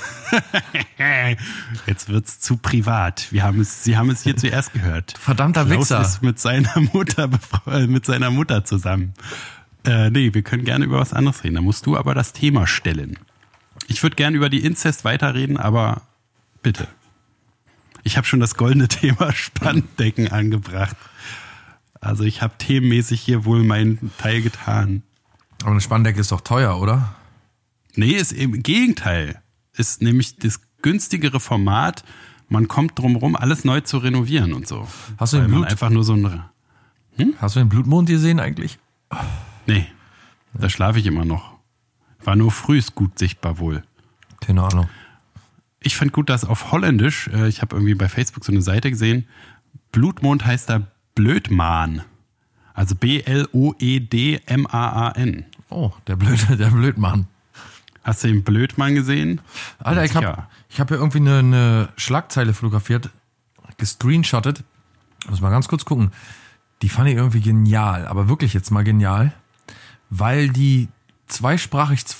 Jetzt wird's zu privat. Sie haben es hier zuerst gehört. Verdammter Klaus Wichser. ist mit seiner Mutter zusammen. Nee, wir können gerne über was anderes reden. Da musst du aber das Thema stellen. Ich würde gerne über die Inzest weiterreden, aber bitte. Ich habe schon das goldene Thema Spanndecken angebracht. Also ich habe themenmäßig hier wohl meinen Teil getan. Aber eine Spanndecke ist doch teuer, oder? Nee, ist im Gegenteil. Ist nämlich das günstigere Format. Man kommt drum rum, alles neu zu renovieren und so. Hast du einfach nur so ein... Hast du den Blutmond gesehen eigentlich? Nee, da schlafe ich immer noch. War nur frühst gut sichtbar wohl. Keine Ahnung. Ich fand gut, dass auf Holländisch, ich habe irgendwie bei Facebook so eine Seite gesehen, Blutmond heißt da Blödmaan. Also B-L-O-E-D-M-A-A-N. Oh, der Blödmann. Hast du den Blödmann gesehen? Alter, ich hab ja irgendwie eine Schlagzeile fotografiert, gescreenshottet. Muss mal ganz kurz gucken. Die fand ich irgendwie genial, aber wirklich jetzt mal genial, weil die zweisprachig zwei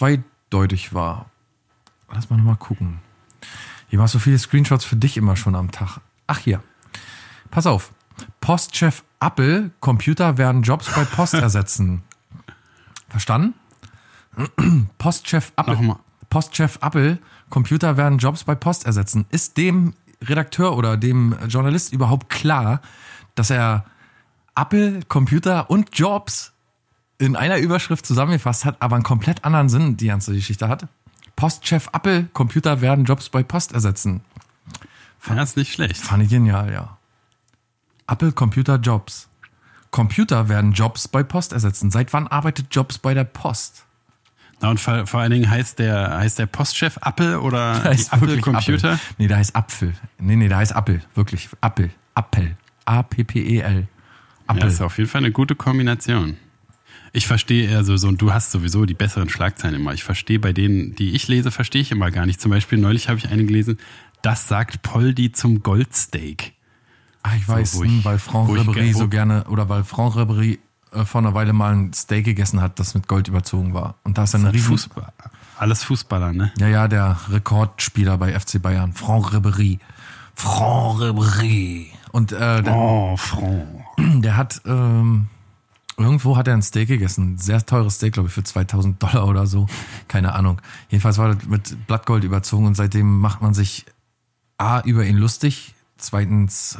doppeldeutig war. Lass mal nochmal gucken. Hier machst du viele Screenshots für dich immer schon am Tag. Ach hier. Pass auf. Postchef Apple, Computer werden Jobs bei Post ersetzen. Verstanden? Postchef Apple, Computer werden Jobs bei Post ersetzen. Ist dem Redakteur oder dem Journalist überhaupt klar, dass er Apple, Computer und Jobs in einer Überschrift zusammengefasst hat, aber einen komplett anderen Sinn die ganze Geschichte hat? Postchef Apple, Computer werden Jobs bei Post ersetzen. Ja, ist nicht schlecht. Fand ich genial, ja. Apple, Computer, Jobs. Computer werden Jobs bei Post ersetzen. Seit wann arbeitet Jobs bei der Post? Na, und vor allen Dingen heißt der Postchef Apple oder Der heißt Apple wirklich Computer? Apple. Nee, der heißt Apfel. Nee, der heißt Apple. Wirklich. Apple. A-P-P-E-L. Apple. Ja, ist auf jeden Fall eine gute Kombination. Ich verstehe eher so, und du hast sowieso die besseren Schlagzeilen immer. Ich verstehe bei denen, die ich lese, verstehe ich immer gar nicht. Zum Beispiel neulich habe ich eine gelesen, das sagt Poldi zum Goldsteak. Ach, ich weiß, weil Franck Ribéry so gerne, oder weil Franck Ribéry vor einer Weile mal ein Steak gegessen hat, das mit Gold überzogen war. Und da ist eine riesen... Alles Fußballer, ne? Ja, der Rekordspieler bei FC Bayern. Franck Ribéry. Und Franck. der hat... irgendwo hat er ein Steak gegessen. Sehr teures Steak, glaube ich, für $2.000 oder so. Keine Ahnung. Jedenfalls war das mit Blattgold überzogen und seitdem macht man sich A, über ihn lustig, zweitens,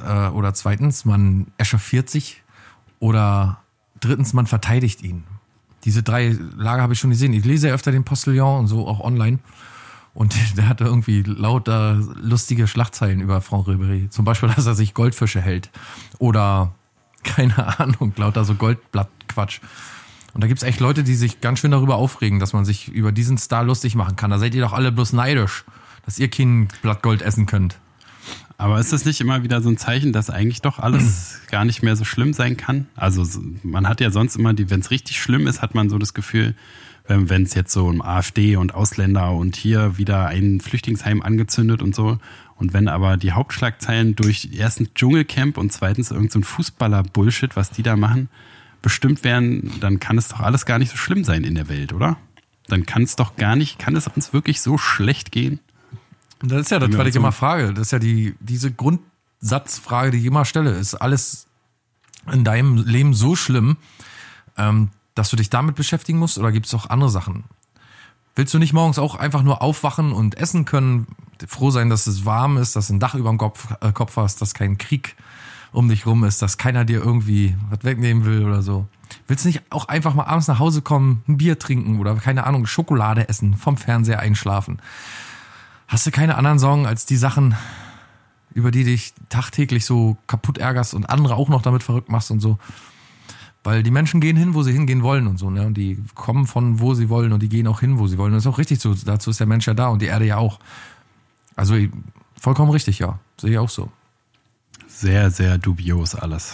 man echauffiert sich oder drittens, man verteidigt ihn. Diese 3 Lager habe ich schon gesehen. Ich lese ja öfter den Postillon und so auch online. Und der hatte irgendwie lauter lustige Schlagzeilen über Franck Ribéry. Zum Beispiel, dass er sich Goldfische hält. Oder... keine Ahnung, lauter so Goldblattquatsch. Und da gibt's echt Leute, die sich ganz schön darüber aufregen, dass man sich über diesen Star lustig machen kann. Da seid ihr doch alle bloß neidisch, dass ihr kein Blattgold essen könnt. Aber ist das nicht immer wieder so ein Zeichen, dass eigentlich doch alles gar nicht mehr so schlimm sein kann? Also man hat ja sonst immer, wenn es richtig schlimm ist, hat man so das Gefühl, wenn es jetzt so um AfD und Ausländer und hier wieder ein Flüchtlingsheim angezündet und so. Und wenn aber die Hauptschlagzeilen durch erstens Dschungelcamp und zweitens irgend so ein Fußballer-Bullshit, was die da machen, bestimmt werden, dann kann es doch alles gar nicht so schlimm sein in der Welt, oder? Dann kann es uns wirklich so schlecht gehen? Das ist ja das, was ich immer frage. Das ist ja diese Grundsatzfrage, die ich immer stelle. Ist alles in deinem Leben so schlimm, dass du dich damit beschäftigen musst, oder gibt es auch andere Sachen? Willst du nicht morgens auch einfach nur aufwachen und essen können, froh sein, dass es warm ist, dass du ein Dach über dem Kopf hast, dass kein Krieg um dich rum ist, dass keiner dir irgendwie was wegnehmen will oder so? Willst du nicht auch einfach mal abends nach Hause kommen, ein Bier trinken oder, keine Ahnung, Schokolade essen, vom Fernseher einschlafen? Hast du keine anderen Sorgen als die Sachen, über die dich tagtäglich so kaputt ärgerst und andere auch noch damit verrückt machst und so? Weil die Menschen gehen hin, wo sie hingehen wollen und so, ne? Und die kommen von wo sie wollen und die gehen auch hin, wo sie wollen. Und das ist auch richtig so. Dazu ist der Mensch ja da und die Erde ja auch. Also vollkommen richtig, ja. Sehe ich auch so. Sehr, sehr dubios alles.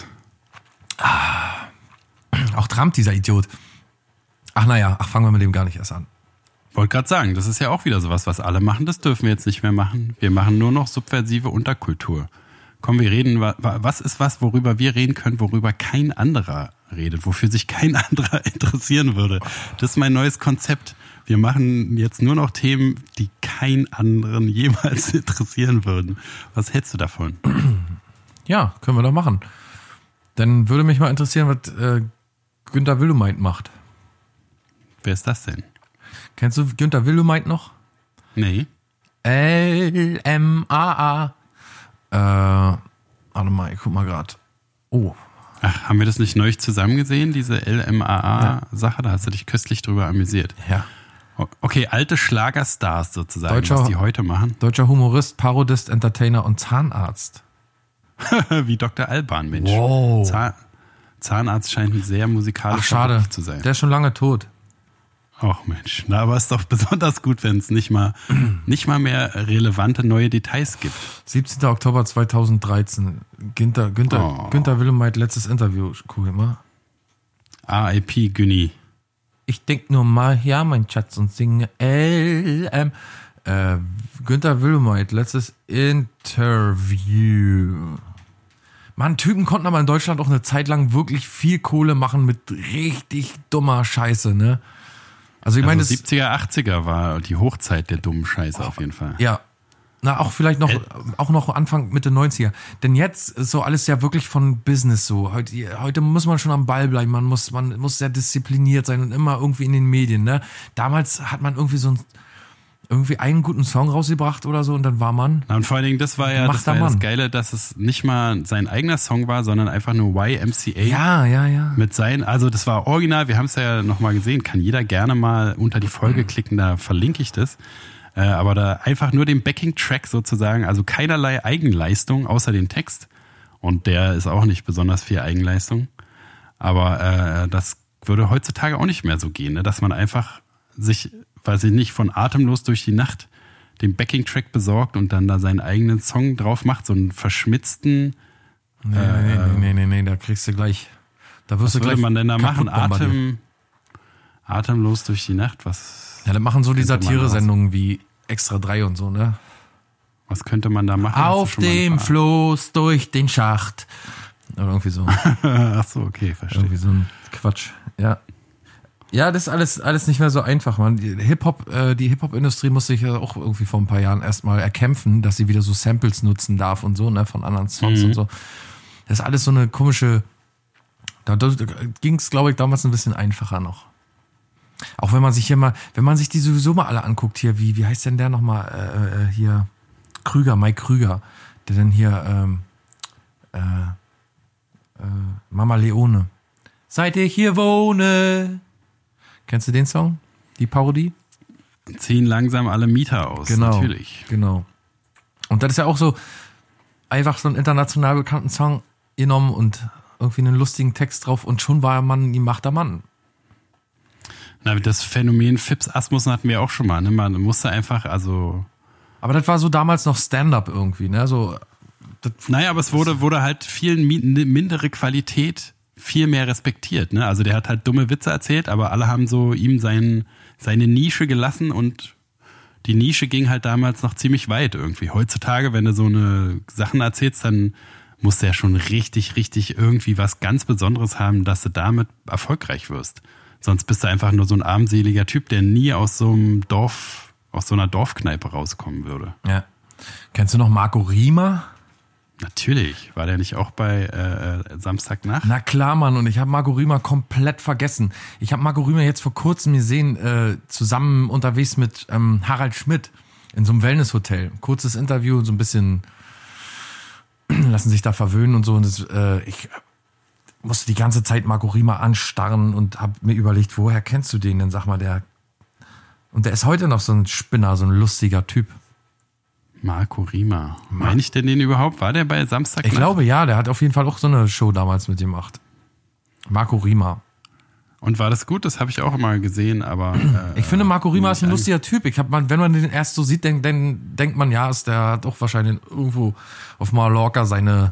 Auch Trump, dieser Idiot. Fangen wir mit dem gar nicht erst an. Wollte gerade sagen, das ist ja auch wieder sowas, was alle machen. Das dürfen wir jetzt nicht mehr machen. Wir machen nur noch subversive Unterkultur. Komm, wir reden, was ist was, worüber wir reden können, worüber kein anderer redet, wofür sich kein anderer interessieren würde. Das ist mein neues Konzept. Wir machen jetzt nur noch Themen, die keinen anderen jemals interessieren würden. Was hältst du davon? Ja, können wir doch machen. Dann würde mich mal interessieren, was Günter Willumeit macht. Wer ist das denn? Kennst du Günter Willumeit noch? Nee. L-M-A-A. Warte mal, ich guck mal gerade. Oh. Ach, haben wir das nicht neulich zusammen gesehen, diese LMAA-Sache? Da hast du dich köstlich drüber amüsiert. Ja. Okay, alte Schlagerstars sozusagen, was die heute machen. Deutscher Humorist, Parodist, Entertainer und Zahnarzt. Wie Dr. Alban, Mensch. Wow. Zahnarzt scheint ein sehr musikalischer Beruf zu sein. Der ist schon lange tot. Ach Mensch, na, aber ist doch besonders gut, wenn es nicht mal mehr relevante neue Details gibt. 17. Oktober 2013. Günter Willumeit, letztes Interview. Guck mal. R.I.P. Günni. Ich denk nur mal, ja, mein Schatz, und singe L.M. Günter Willumeit, letztes Interview. Mann, Typen konnten aber in Deutschland auch eine Zeit lang wirklich viel Kohle machen mit richtig dummer Scheiße, ne? Also ich meine, also 70er, 80er war die Hochzeit der dummen Scheiße auf jeden Fall. Ja. Na, auch vielleicht noch Anfang, Mitte 90er. Denn jetzt ist so alles ja wirklich von Business so. Heute muss man schon am Ball bleiben, man muss sehr diszipliniert sein und immer irgendwie in den Medien, ne? Damals hat man irgendwie einen guten Song rausgebracht oder so und dann war man. Und vor allen Dingen, das war ja das Geile, dass es nicht mal sein eigener Song war, sondern einfach nur YMCA. Ja. Mit sein, also das war original, wir haben es ja nochmal gesehen, kann jeder gerne mal unter die Folge klicken, da verlinke ich das. Aber da einfach nur den Backing-Track sozusagen, also keinerlei Eigenleistung außer den Text. Und der ist auch nicht besonders viel Eigenleistung. Aber das würde heutzutage auch nicht mehr so gehen, ne? Dass man einfach sich, weiß ich nicht, von Atemlos durch die Nacht den Backing-Track besorgt und dann da seinen eigenen Song drauf macht, so einen verschmitzten. Nee, da kriegst du gleich. Da wirst was du gleich. Was würde man denn da machen? bombardiert. Atemlos durch die Nacht? Was? Ja, das machen so die könnte man Satire-Sendungen wie Extra 3 und so, ne? Was könnte man da machen? Auf dem Floß durch den Schacht. Oder irgendwie so. Ach so, okay, verstehe. Irgendwie so ein Quatsch, ja. Ja, das ist alles nicht mehr so einfach, man. Die Hip-Hop-Industrie muss sich ja auch irgendwie vor ein paar Jahren erstmal erkämpfen, dass sie wieder so Samples nutzen darf und so, ne, von anderen Songs und so. Das ist alles so eine komische, da ging es, glaube ich, damals ein bisschen einfacher noch. Auch wenn man sich die sowieso mal alle anguckt, hier, wie heißt denn der nochmal, hier, Mike Krüger, der denn hier, Mama Leone. Seit ich hier wohne. Kennst du den Song? Die Parodie? Ziehen langsam alle Mieter aus, genau, natürlich. Genau. Und das ist ja auch so, einfach so einen international bekannten Song genommen und irgendwie einen lustigen Text drauf und schon war man die Macht der Mann. Na, das Phänomen Phipps Asmus hatten wir auch schon mal, ne? Man musste einfach, also. Aber das war so damals noch Stand-up irgendwie, ne? So, naja, aber es wurde halt viel mindere Qualität viel mehr respektiert, ne? Also der hat halt dumme Witze erzählt, aber alle haben so ihm seine Nische gelassen und die Nische ging halt damals noch ziemlich weit irgendwie. Heutzutage, wenn du so eine Sachen erzählst, dann musst du ja schon richtig, richtig irgendwie was ganz Besonderes haben, dass du damit erfolgreich wirst. Sonst bist du einfach nur so ein armseliger Typ, der nie aus so einem Dorf, aus so einer Dorfkneipe rauskommen würde. Ja. Kennst du noch Marco Riemer? Natürlich. War der nicht auch bei Samstagnacht? Na klar, Mann. Und ich habe Marco Riemer komplett vergessen. Ich habe Marco Riemer jetzt vor kurzem gesehen, zusammen unterwegs mit Harald Schmidt in so einem Wellnesshotel. Kurzes Interview, so ein bisschen lassen sich da verwöhnen und so. Und ich musste die ganze Zeit Marco Riemer anstarren und habe mir überlegt, woher kennst du den denn? Sag mal, der ist heute noch so ein Spinner, so ein lustiger Typ. Marco Riemer. Meine ich denn den überhaupt? War der bei Samstag? Ich glaube ja, der hat auf jeden Fall auch so eine Show damals mit gemacht. Marco Riemer. Und war das gut? Das habe ich auch immer gesehen, aber. Ich finde, Marco Riemer ist ein lustiger Typ. Wenn man den erst so sieht, dann denkt man, ja, der hat auch wahrscheinlich irgendwo auf Mallorca seine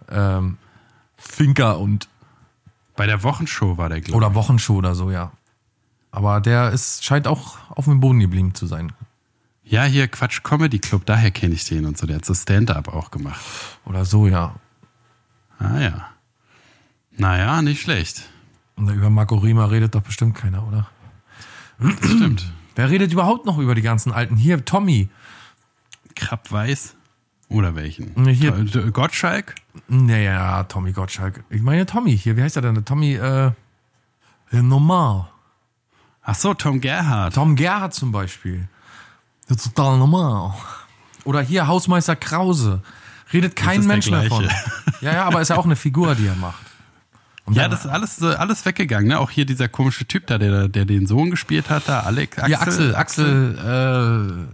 Finca und. Bei der Wochenshow war der, glaube ich. Oder Wochenshow oder so, ja. Aber der scheint auch auf dem Boden geblieben zu sein. Ja, hier Quatsch Comedy Club, daher kenne ich den und so. Der hat so Stand-up auch gemacht. Oder so, ja. Ah ja. Naja, nicht schlecht. Und über Marco Riemer redet doch bestimmt keiner, oder? Stimmt. Wer redet überhaupt noch über die ganzen Alten? Hier, Tommy. Krapp Weiß? Oder welchen? Hier. Gottschalk? Naja, Tommy Gottschalk. Ich meine Tommy hier. Wie heißt er denn? Der Tommy, normal. Ach so, Tom Gerhardt. Tom Gerhardt zum Beispiel. Das ist total normal. Oder hier Hausmeister Krause. Redet kein Mensch mehr von. Ja, aber ist ja auch eine Figur, die er macht. Und ja, das ist alles weggegangen, ne? Auch hier dieser komische Typ da, der den Sohn gespielt hat, da Axel. Ja, Axel.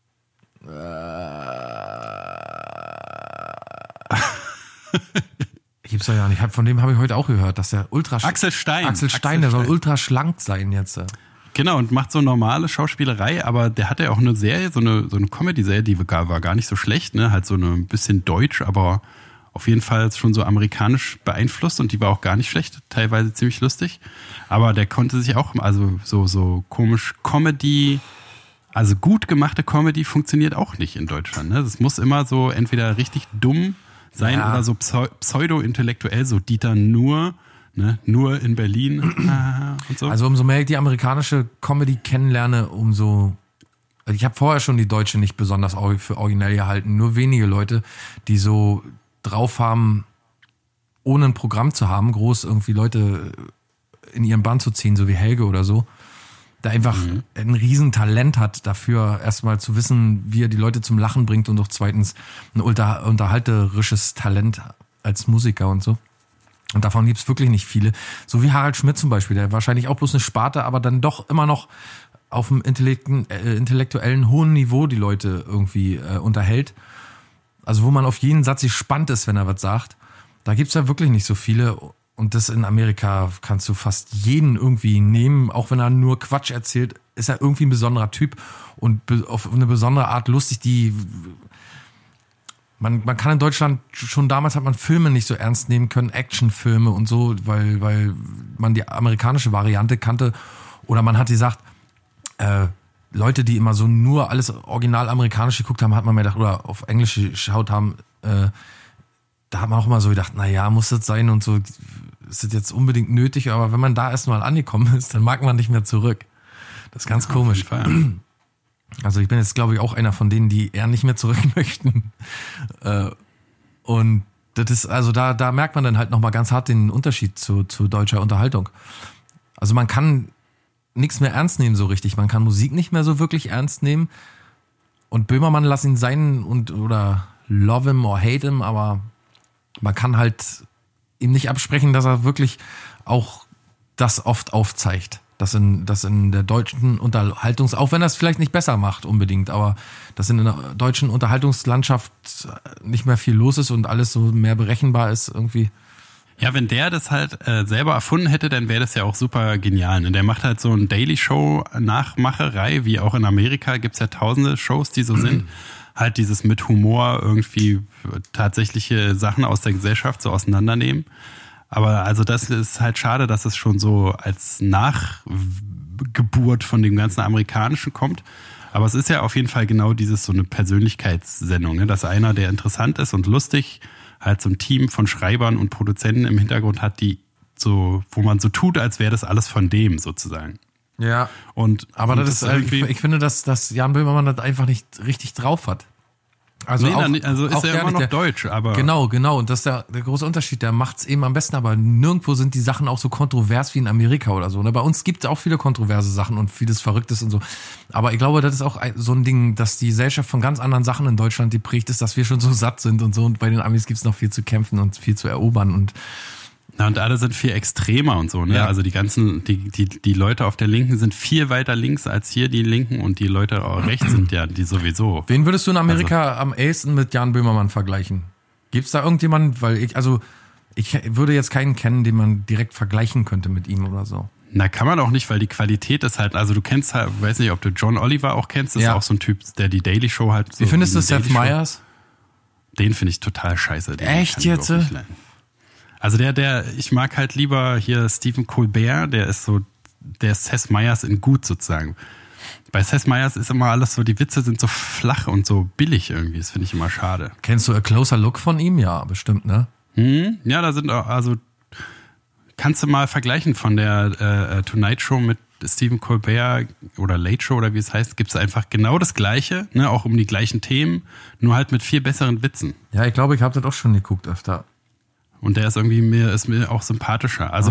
Ich gib's doch ja nicht. Von dem habe ich heute auch gehört, dass der Axel Stein, der soll ultra schlank sein jetzt. Genau, und macht so normale Schauspielerei, aber der hatte ja auch eine Serie, so eine Comedy-Serie, die war gar nicht so schlecht, ne? Halt so ein bisschen deutsch, aber auf jeden Fall schon so amerikanisch beeinflusst und die war auch gar nicht schlecht, teilweise ziemlich lustig. Aber der konnte sich auch, also so komisch Comedy, also gut gemachte Comedy funktioniert auch nicht in Deutschland, ne? Das muss immer so entweder richtig dumm sein oder so pseudo-intellektuell, so Dieter Nuhr Ne? Nur in Berlin und so. Also umso mehr ich die amerikanische Comedy kennenlerne, umso... Ich habe vorher schon die deutsche nicht besonders für originell gehalten. Nur wenige Leute, die so drauf haben, ohne ein Programm zu haben, groß irgendwie Leute in ihren Bann zu ziehen, so wie Helge oder so, der einfach ein Riesentalent hat dafür, erstmal zu wissen, wie er die Leute zum Lachen bringt und auch zweitens ein unterhalterisches Talent als Musiker und so. Und davon gibt's wirklich nicht viele. So wie Harald Schmidt zum Beispiel, der wahrscheinlich auch bloß eine Sparte, aber dann doch immer noch auf dem intellektuellen hohen Niveau die Leute irgendwie unterhält. Also wo man auf jeden Satz gespannt ist, wenn er was sagt. Da gibt's ja wirklich nicht so viele. Und das in Amerika kannst du fast jeden irgendwie nehmen. Auch wenn er nur Quatsch erzählt, ist er irgendwie ein besonderer Typ. Und auf eine besondere Art lustig, Man kann in Deutschland, schon damals hat man Filme nicht so ernst nehmen können, Actionfilme und so, weil man die amerikanische Variante kannte. Oder man hat gesagt, Leute, die immer so nur alles original amerikanisch geguckt haben, hat man mir gedacht, oder auf Englisch geschaut haben, da hat man auch immer so gedacht, naja, muss das sein und so, ist das jetzt unbedingt nötig, aber wenn man da erstmal angekommen ist, dann mag man nicht mehr zurück. Das ist ganz komisch. Also ich bin jetzt, glaube ich, auch einer von denen, die eher nicht mehr zurück möchten. Und das ist, also da merkt man dann halt nochmal ganz hart den Unterschied zu deutscher Unterhaltung. Also man kann nichts mehr ernst nehmen so richtig. Man kann Musik nicht mehr so wirklich ernst nehmen. Und Böhmermann, lass ihn sein oder love him or hate him, aber man kann halt ihm nicht absprechen, dass er wirklich auch das oft aufzeigt. Das in der deutschen auch wenn er es vielleicht nicht besser macht unbedingt, aber dass in der deutschen Unterhaltungslandschaft nicht mehr viel los ist und alles so mehr berechenbar ist irgendwie. Ja, wenn der das halt selber erfunden hätte, dann wäre das ja auch super genial. Ne? Der macht halt so ein Daily Show Nachmacherei, wie auch in Amerika gibt's ja tausende Shows, die so sind. Halt dieses mit Humor irgendwie tatsächliche Sachen aus der Gesellschaft so auseinandernehmen. Aber also das ist halt schade, dass es schon so als Nachgeburt von dem ganzen Amerikanischen kommt. Aber es ist ja auf jeden Fall genau so eine Persönlichkeitssendung, ne? Dass einer, der interessant ist und lustig, halt so ein Team von Schreibern und Produzenten im Hintergrund hat, die so, wo man so tut, als wäre das alles von dem sozusagen. Ja. Aber das ist irgendwie, ich finde, dass Jan Böhmermann das einfach nicht richtig drauf hat. Also, nee, ist er immer noch deutsch, aber. Genau. Und das ist der große Unterschied. Der macht's eben am besten, aber nirgendwo sind die Sachen auch so kontrovers wie in Amerika oder so. Bei uns gibt's auch viele kontroverse Sachen und vieles Verrücktes und so. Aber ich glaube, das ist auch so ein Ding, dass die Gesellschaft von ganz anderen Sachen in Deutschland geprägt ist, dass wir schon so satt sind und so. Und bei den Amis gibt's noch viel zu kämpfen und viel zu erobern und alle sind viel extremer und so, ne? Ja. Also die Leute auf der Linken sind viel weiter links als hier die Linken und die Leute rechts sind ja die sowieso. Wen würdest du in Amerika am ehesten mit Jan Böhmermann vergleichen? Gibt's da irgendjemanden, weil ich würde jetzt keinen kennen, den man direkt vergleichen könnte mit ihm oder so. Na, kann man auch nicht, weil die Qualität ist halt, also du kennst halt, weiß nicht, ob du John Oliver auch kennst, das ist auch so ein Typ, der die Daily Show halt so. Wie findest du Seth Meyers? Den finde ich total scheiße. Echt jetzt? Also ich mag halt lieber hier Stephen Colbert, der ist Seth Meyers in gut sozusagen. Bei Seth Meyers ist immer alles so, die Witze sind so flach und so billig irgendwie, das finde ich immer schade. Kennst du A Closer Look von ihm? Ja, bestimmt, ne? Ja, da sind auch, also kannst du mal vergleichen von der Tonight Show mit Stephen Colbert oder Late Show oder wie es heißt, gibt es einfach genau das Gleiche, ne, auch um die gleichen Themen, nur halt mit viel besseren Witzen. Ja, ich glaube, ich habe das auch schon geguckt öfter. Und der ist irgendwie mir auch sympathischer. Also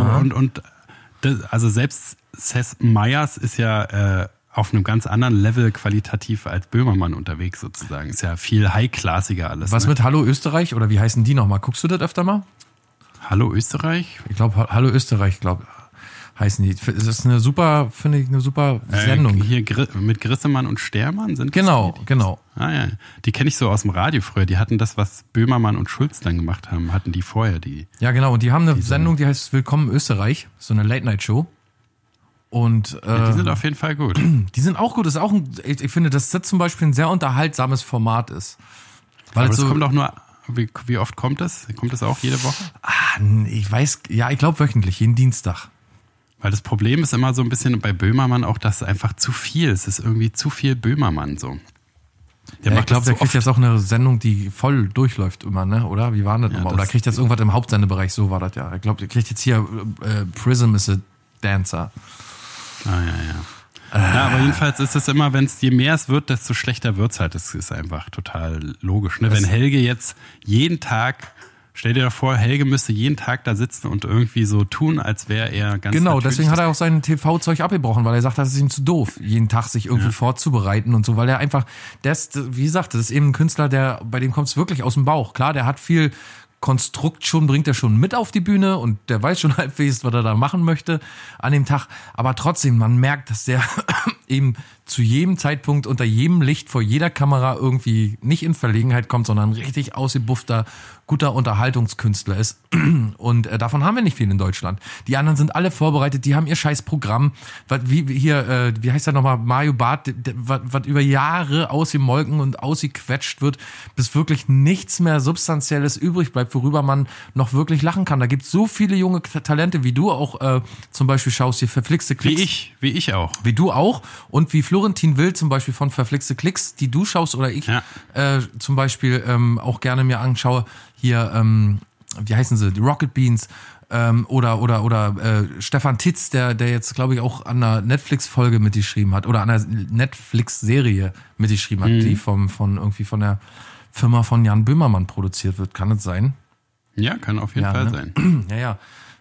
also selbst Seth Meyers ist ja auf einem ganz anderen Level qualitativ als Böhmermann unterwegs sozusagen. Ist ja viel high-classiger alles. Was mit Hallo Österreich oder wie heißen die nochmal? Guckst du das öfter mal? Hallo Österreich? Ich glaube, Hallo Österreich, heißen die. Das ist eine super Sendung. Hier mit Grissemann und Stermann sind Genau. Ah ja, die kenne ich so aus dem Radio früher. Die hatten das, was Böhmermann und Schulz dann gemacht haben, hatten die vorher. Ja, genau. Und die haben eine Sendung, die heißt Willkommen Österreich. So eine Late-Night-Show. Und die sind auf jeden Fall gut. Die sind auch gut. Das ist auch ich finde, dass das zum Beispiel ein sehr unterhaltsames Format ist. Weil aber das kommt auch nur, wie oft kommt das? Kommt das auch jede Woche? Ich glaube wöchentlich, jeden Dienstag. Weil das Problem ist immer so ein bisschen bei Böhmermann auch, dass einfach zu viel, es ist irgendwie zu viel Böhmermann so. Der ich macht glaube, das der so kriegt oft. jetzt auch eine Sendung, die voll durchläuft immer, ne? Oder? Wie war das Ja, nochmal? das- Oder kriegt jetzt irgendwas im Hauptsendebereich, so war das ja. Ich glaube, der kriegt jetzt hier Prism is a Dancer. Ja, aber jedenfalls ist es immer, wenn es je mehr es wird, desto schlechter wird's halt. Das ist einfach total logisch. Ne? Wenn Helge jetzt jeden Tag, stell dir doch vor, Helge müsste jeden Tag da sitzen und irgendwie so tun, als wäre er ganz Genau, natürlich. deswegen hat er auch sein TV-Zeug abgebrochen, weil er sagt, das ist ihm zu doof, jeden Tag sich irgendwie vorzubereiten und so, weil er einfach, wie gesagt, das ist eben ein Künstler, bei dem kommt es wirklich aus dem Bauch. Klar, der hat viel Konstrukt schon, bringt er schon mit auf die Bühne und der weiß schon halbwegs, was er da machen möchte an dem Tag. Aber trotzdem, man merkt, dass der eben zu jedem Zeitpunkt unter jedem Licht vor jeder Kamera irgendwie nicht in Verlegenheit kommt, sondern richtig ausgebuffter, guter Unterhaltungskünstler ist. Und davon haben wir nicht viel in Deutschland. Die anderen sind alle vorbereitet, die haben ihr scheiß Programm, wie heißt der nochmal, Mario Barth, was über Jahre ausgemolken und ausgequetscht wird, bis wirklich nichts mehr Substanzielles übrig bleibt, worüber man noch wirklich lachen kann. Da gibt es so viele junge Talente, wie du auch zum Beispiel schaust, hier verflixte Klicks. Wie ich auch. Wie du auch und wie Florentin Will zum Beispiel von Verflixte Klicks, die du schaust oder ich zum Beispiel auch gerne mir anschaue, hier, wie heißen sie, die Rocket Beans oder Stefan Titz, der jetzt, glaube ich, auch an einer Netflix-Folge mitgeschrieben hat oder an einer Netflix-Serie mitgeschrieben hat, die von der Firma von Jan Böhmermann produziert wird. Kann es sein? Ja, kann auf jeden Fall sein. Ja.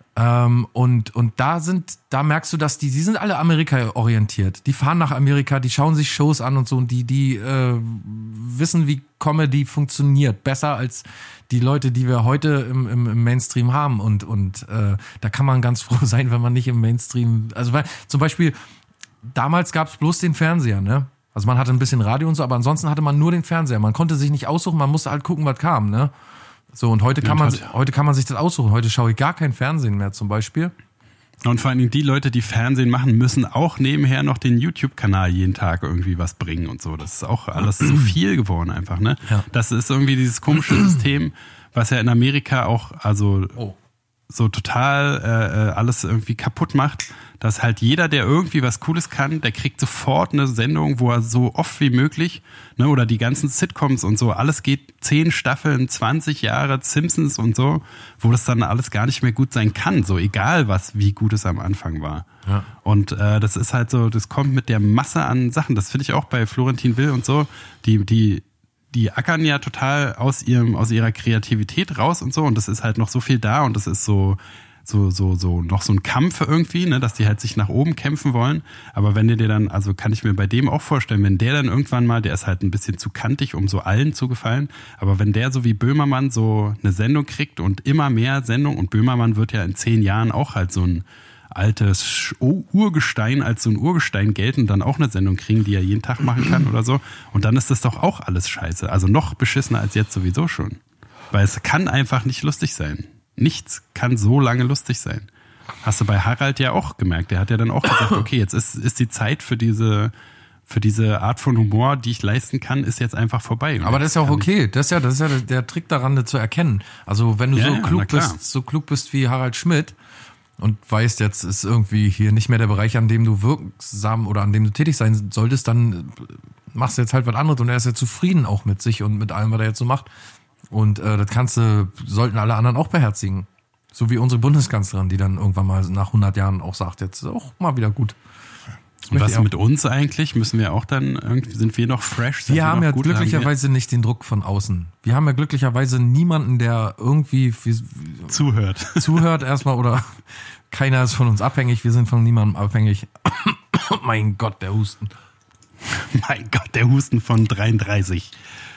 Und da merkst du, dass die sind alle Amerika orientiert. Die fahren nach Amerika, die schauen sich Shows an und so und die wissen, wie Comedy funktioniert. Besser als die Leute, die wir heute im Mainstream haben. Und da kann man ganz froh sein, wenn man nicht im Mainstream, also weil zum Beispiel damals gab es bloß den Fernseher, ne? Also man hatte ein bisschen Radio und so, aber ansonsten hatte man nur den Fernseher. Man konnte sich nicht aussuchen, man musste halt gucken, was kam, ne? So, und heute kann man sich das aussuchen. Heute schaue ich gar kein Fernsehen mehr zum Beispiel. Und vor allen Dingen die Leute, die Fernsehen machen, müssen auch nebenher noch den YouTube-Kanal jeden Tag irgendwie was bringen und so. Das ist auch alles so viel geworden einfach, ne? Ja. Das ist irgendwie dieses komische System, was ja in Amerika auch, also so total alles irgendwie kaputt macht, dass halt jeder, der irgendwie was Cooles kann, der kriegt sofort eine Sendung, wo er so oft wie möglich, ne, oder die ganzen Sitcoms und so, alles geht 10 Staffeln, 20 Jahre, Simpsons und so, wo das dann alles gar nicht mehr gut sein kann, so egal wie gut es am Anfang war. Ja. Und das ist halt so, das kommt mit der Masse an Sachen, das finde ich auch bei Florentin Will und so, die ackern ja total aus ihrer Kreativität raus und so und das ist halt noch so viel da und das ist so noch so ein Kampf irgendwie, ne, dass die halt sich nach oben kämpfen wollen. Aber wenn dir dann, also kann ich mir bei dem auch vorstellen, wenn der dann irgendwann mal, der ist halt ein bisschen zu kantig, um so allen zu gefallen, aber wenn der so wie Böhmermann so eine Sendung kriegt und immer mehr Sendung und Böhmermann wird ja in 10 Jahren auch halt so ein altes Urgestein als so ein Urgestein gelten und dann auch eine Sendung kriegen, die er jeden Tag machen kann oder so. Und dann ist das doch auch alles scheiße. Also noch beschissener als jetzt sowieso schon. Weil es kann einfach nicht lustig sein. Nichts kann so lange lustig sein. Hast du bei Harald ja auch gemerkt. Der hat ja dann auch gesagt, okay, jetzt ist die Zeit für diese Art von Humor, die ich leisten kann, ist jetzt einfach vorbei. Aber das ist ja auch okay. Das ist ja der Trick daran, das zu erkennen. Also wenn du so klug bist wie Harald Schmidt und weißt, jetzt ist irgendwie hier nicht mehr der Bereich, an dem du wirksam oder an dem du tätig sein solltest, dann machst du jetzt halt was anderes und er ist ja zufrieden auch mit sich und mit allem, was er jetzt so macht. Und das sollten alle anderen auch beherzigen. So wie unsere Bundeskanzlerin, die dann irgendwann mal nach 100 Jahren auch sagt, jetzt ist auch mal wieder gut. Und was mit uns eigentlich? Müssen wir auch dann irgendwie, sind wir noch fresh? Wir haben ja glücklicherweise nicht den Druck von außen. Wir haben ja glücklicherweise niemanden, der irgendwie zuhört erstmal oder keiner ist von uns abhängig. Wir sind von niemandem abhängig. Mein Gott, der Husten. Mein Gott, der Husten von 33.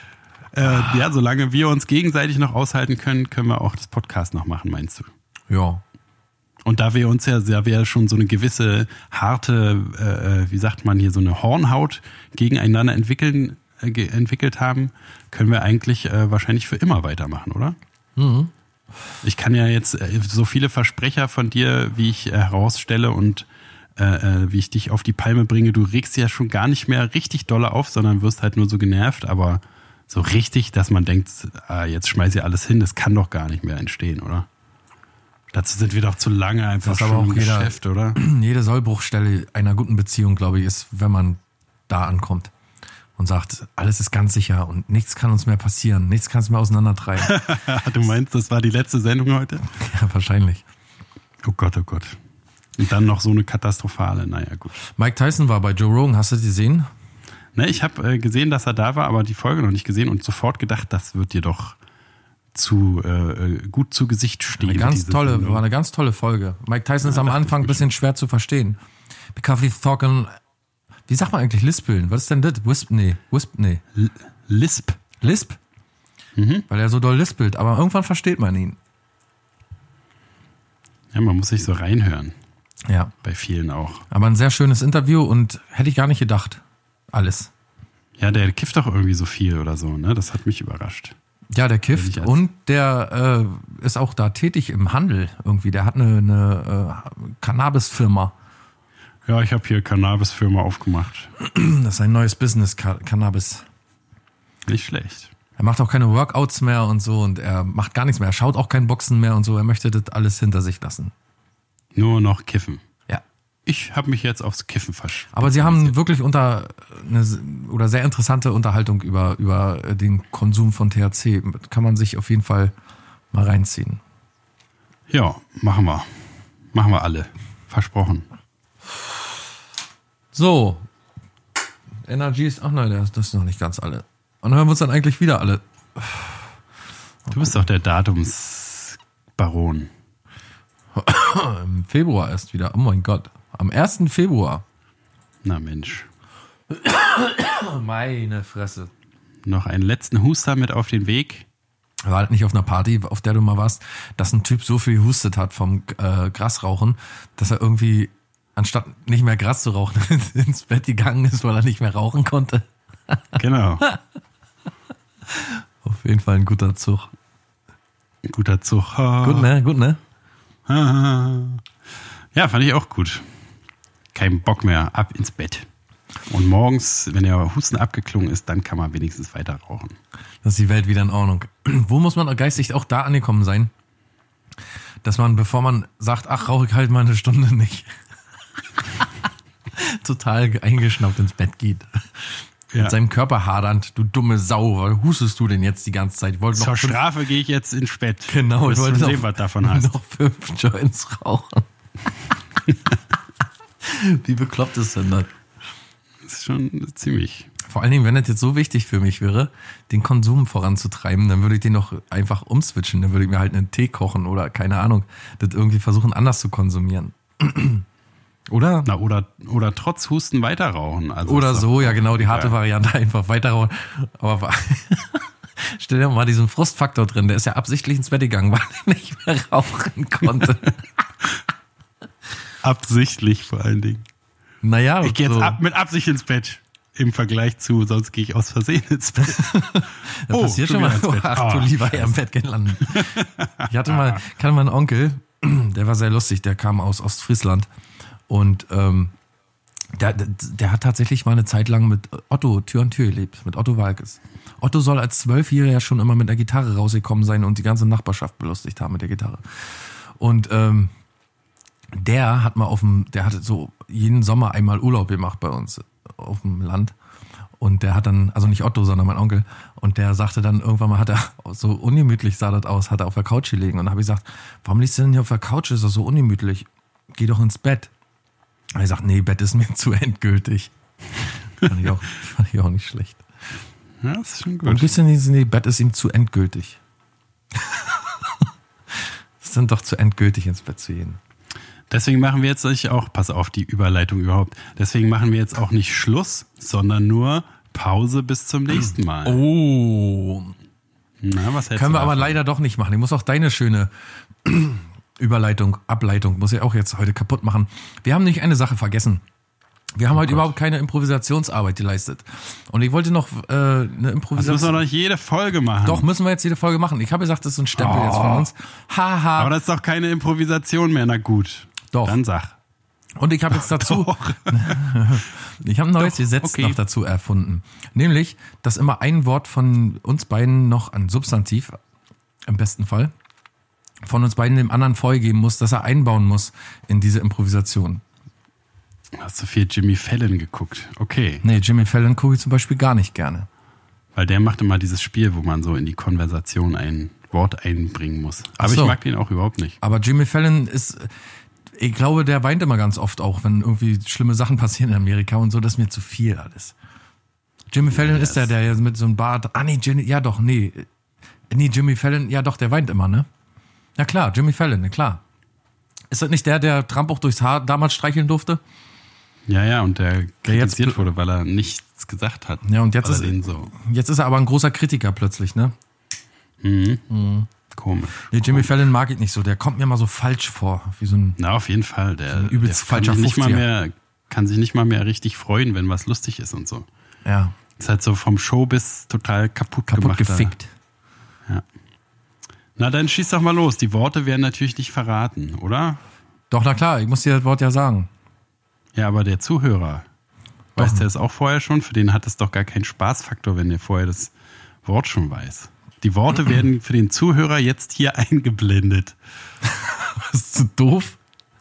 Ja, solange wir uns gegenseitig noch aushalten können, können wir auch das Podcast noch machen, meinst du? Ja. Und da wir schon so eine gewisse harte, wie sagt man hier, so eine Hornhaut gegeneinander entwickelt haben, können wir eigentlich wahrscheinlich für immer weitermachen, oder? Mhm. Ich kann ja jetzt so viele Versprecher von dir, wie ich herausstelle und wie ich dich auf die Palme bringe, du regst ja schon gar nicht mehr richtig dolle auf, sondern wirst halt nur so genervt, aber so richtig, dass man denkt, jetzt schmeiß ich alles hin, das kann doch gar nicht mehr entstehen, oder? Dazu sind wir doch zu lange einfach schon im Geschäft, oder? Jede Sollbruchstelle einer guten Beziehung, glaube ich, ist, wenn man da ankommt. und sagt, alles ist ganz sicher und nichts kann uns mehr passieren, nichts kann uns mehr auseinandertreiben. Du meinst, das war die letzte Sendung heute? Ja, wahrscheinlich. Oh Gott, oh Gott. Und dann noch so eine katastrophale, naja, gut. Mike Tyson war bei Joe Rogan, hast du die gesehen? Ne, ich habe gesehen, dass er da war, aber die Folge noch nicht gesehen und sofort gedacht, das wird dir doch gut zu Gesicht stehen. War eine ganz tolle Folge. Mike Tyson ist am Anfang ein bisschen schwer zu verstehen. Because he's talking, wie sagt man eigentlich lispeln? Was ist denn das? Lisp? Lisp? Mhm. Weil er so doll lispelt, aber irgendwann versteht man ihn. Ja, man muss sich so reinhören. Ja. Bei vielen auch. Aber ein sehr schönes Interview und hätte ich gar nicht gedacht. Alles. Ja, der kifft doch irgendwie so viel oder so, ne? Das hat mich überrascht. Ja, der kifft und der ist auch da tätig im Handel irgendwie. Der hat eine Cannabis-Firma. Ja, ich habe hier Cannabis-Firma aufgemacht. Das ist ein neues Business, Cannabis. Nicht schlecht. Er macht auch keine Workouts mehr und so und er macht gar nichts mehr. Er schaut auch kein Boxen mehr und so. Er möchte das alles hinter sich lassen. Nur noch kiffen. Ja. Ich habe mich jetzt aufs Kiffen verschwunden. Aber sie haben wirklich sehr interessante Unterhaltung über den Konsum von THC. Kann man sich auf jeden Fall mal reinziehen. Ja, machen wir. Machen wir alle. Versprochen. So. Energy ist, ach nein, das ist noch nicht ganz alle. Und dann hören wir uns dann eigentlich wieder alle. Du bist doch der Datumsbaron. Im Februar erst wieder. Oh mein Gott. Am 1. Februar. Na Mensch. Meine Fresse. Noch einen letzten Huster mit auf den Weg. War das nicht auf einer Party, auf der du mal warst, dass ein Typ so viel gehustet hat vom Grasrauchen, dass er irgendwie, anstatt nicht mehr Gras zu rauchen, ins Bett gegangen ist, weil er nicht mehr rauchen konnte? Genau. Auf jeden Fall ein guter Zug. Guter Zug. Gut, ne? Gut, ne? Ja, fand ich auch gut. Kein Bock mehr, ab ins Bett. Und morgens, wenn der Husten abgeklungen ist, dann kann man wenigstens weiter rauchen. Dann ist die Welt wieder in Ordnung. Wo muss man geistig auch da angekommen sein, dass man, bevor man sagt, ach, rauche ich halt mal eine Stunde nicht, total eingeschnappt ins Bett geht. Ja. Mit seinem Körper hadernd, du dumme Sau, was hustest du denn jetzt die ganze Zeit? Ich wollte Zur Strafe gehe ich jetzt ins Bett. Genau, ich wollte sehen, was davon hast. noch 5 Joints rauchen. Wie bekloppt ist denn das? Das ist schon ziemlich. Vor allen Dingen, wenn das jetzt so wichtig für mich wäre, den Konsum voranzutreiben, dann würde ich den doch einfach umswitchen. Dann würde ich mir halt einen Tee kochen oder keine Ahnung, das irgendwie versuchen anders zu konsumieren. Oder? Na, oder trotz Husten weiter rauchen. Also oder so, ja genau, die harte Variante, einfach weiter rauchen. Aber stell dir mal diesen Frustfaktor drin, der ist ja absichtlich ins Bett gegangen, weil er nicht mehr rauchen konnte. Absichtlich vor allen Dingen. Naja, ich gehe jetzt mit Absicht ins Bett. Im Vergleich zu, sonst gehe ich aus Versehen ins Bett. Das passiert schon mal. Ach, du lieber eher im Bett gelandet. Ich kannte mal einen Onkel, der war sehr lustig, der kam aus Ostfriesland. Und der hat tatsächlich mal eine Zeit lang mit Otto Tür an Tür gelebt, mit Otto Walkes. Otto soll als 12-Jähriger schon immer mit der Gitarre rausgekommen sein und die ganze Nachbarschaft belustigt haben mit der Gitarre. Und der hatte so jeden Sommer einmal Urlaub gemacht bei uns auf dem Land. Und der hat dann, also nicht Otto, sondern mein Onkel, und der sagte dann irgendwann mal, hat er so ungemütlich sah das aus, hat er auf der Couch gelegen. Und dann habe ich gesagt, warum liegst du denn hier auf der Couch? Ist das so ungemütlich? Geh doch ins Bett. Und er sagt, nee, Bett ist mir zu endgültig. Fand ich auch nicht schlecht. Ja, das ist schon gut. Und bisschen nee, Bett ist ihm zu endgültig. Es sind doch zu endgültig, ins Bett zu gehen. Deswegen machen wir jetzt auch, pass auf die Überleitung überhaupt, deswegen machen wir jetzt auch nicht Schluss, sondern nur Pause bis zum nächsten Mal. Oh. Na, was hältst Können wir du aber davon? leider doch nicht machen. Ich muss auch deine schöne Ableitung, muss ich auch jetzt heute kaputt machen. Wir haben nämlich eine Sache vergessen. Wir haben heute überhaupt keine Improvisationsarbeit geleistet. Und ich wollte noch eine Improvisation. Das müssen wir doch nicht jede Folge machen. Doch, müssen wir jetzt jede Folge machen. Ich habe gesagt, das ist ein Stempel jetzt von uns. Haha. Aber das ist doch keine Improvisation mehr, na gut. Doch. Dann sag. Und ich habe jetzt dazu, ich habe ein neues Gesetz noch dazu erfunden. Nämlich, dass immer ein Wort von uns beiden noch ein Substantiv, im besten Fall, von uns beiden dem anderen vorgeben muss, dass er einbauen muss in diese Improvisation. Hast du viel Jimmy Fallon geguckt? Okay. Nee, Jimmy Fallon gucke ich zum Beispiel gar nicht gerne. Weil der macht immer dieses Spiel, wo man so in die Konversation ein Wort einbringen muss. Aber Ach so. ich mag den auch überhaupt nicht. Aber Jimmy Fallon ist, ich glaube, der weint immer ganz oft auch, wenn irgendwie schlimme Sachen passieren in Amerika und so, das ist mir zu viel alles. Jimmy Fallon ist der mit so einem Bart, Jimmy Fallon, ja doch, der weint immer, ne? Ja klar, Jimmy Fallon, ne, klar. Ist das nicht der Trump auch durchs Haar damals streicheln durfte? Ja, und der jetzt kritisiert wurde, weil er nichts gesagt hat. Ja, und jetzt Weil ist er aber ein großer Kritiker plötzlich, ne? Komisch. Nee, Jimmy Fallon mag ich nicht so, der kommt mir mal so falsch vor, wie so ein... Na, auf jeden Fall. Der übelst falscher kann sich nicht mal mehr richtig freuen, wenn was lustig ist und so. Ja. Ist halt so vom Showbiz total kaputt gemacht. gefickt. Ja. Na, dann schieß doch mal los. Die Worte werden natürlich nicht verraten, oder? Doch, na klar, ich muss dir das Wort ja sagen. Ja, aber der Zuhörer, weiß der es auch vorher schon? Für den hat es doch gar keinen Spaßfaktor, wenn der vorher das Wort schon weiß. Die Worte werden für den Zuhörer jetzt hier eingeblendet. Das ist so doof.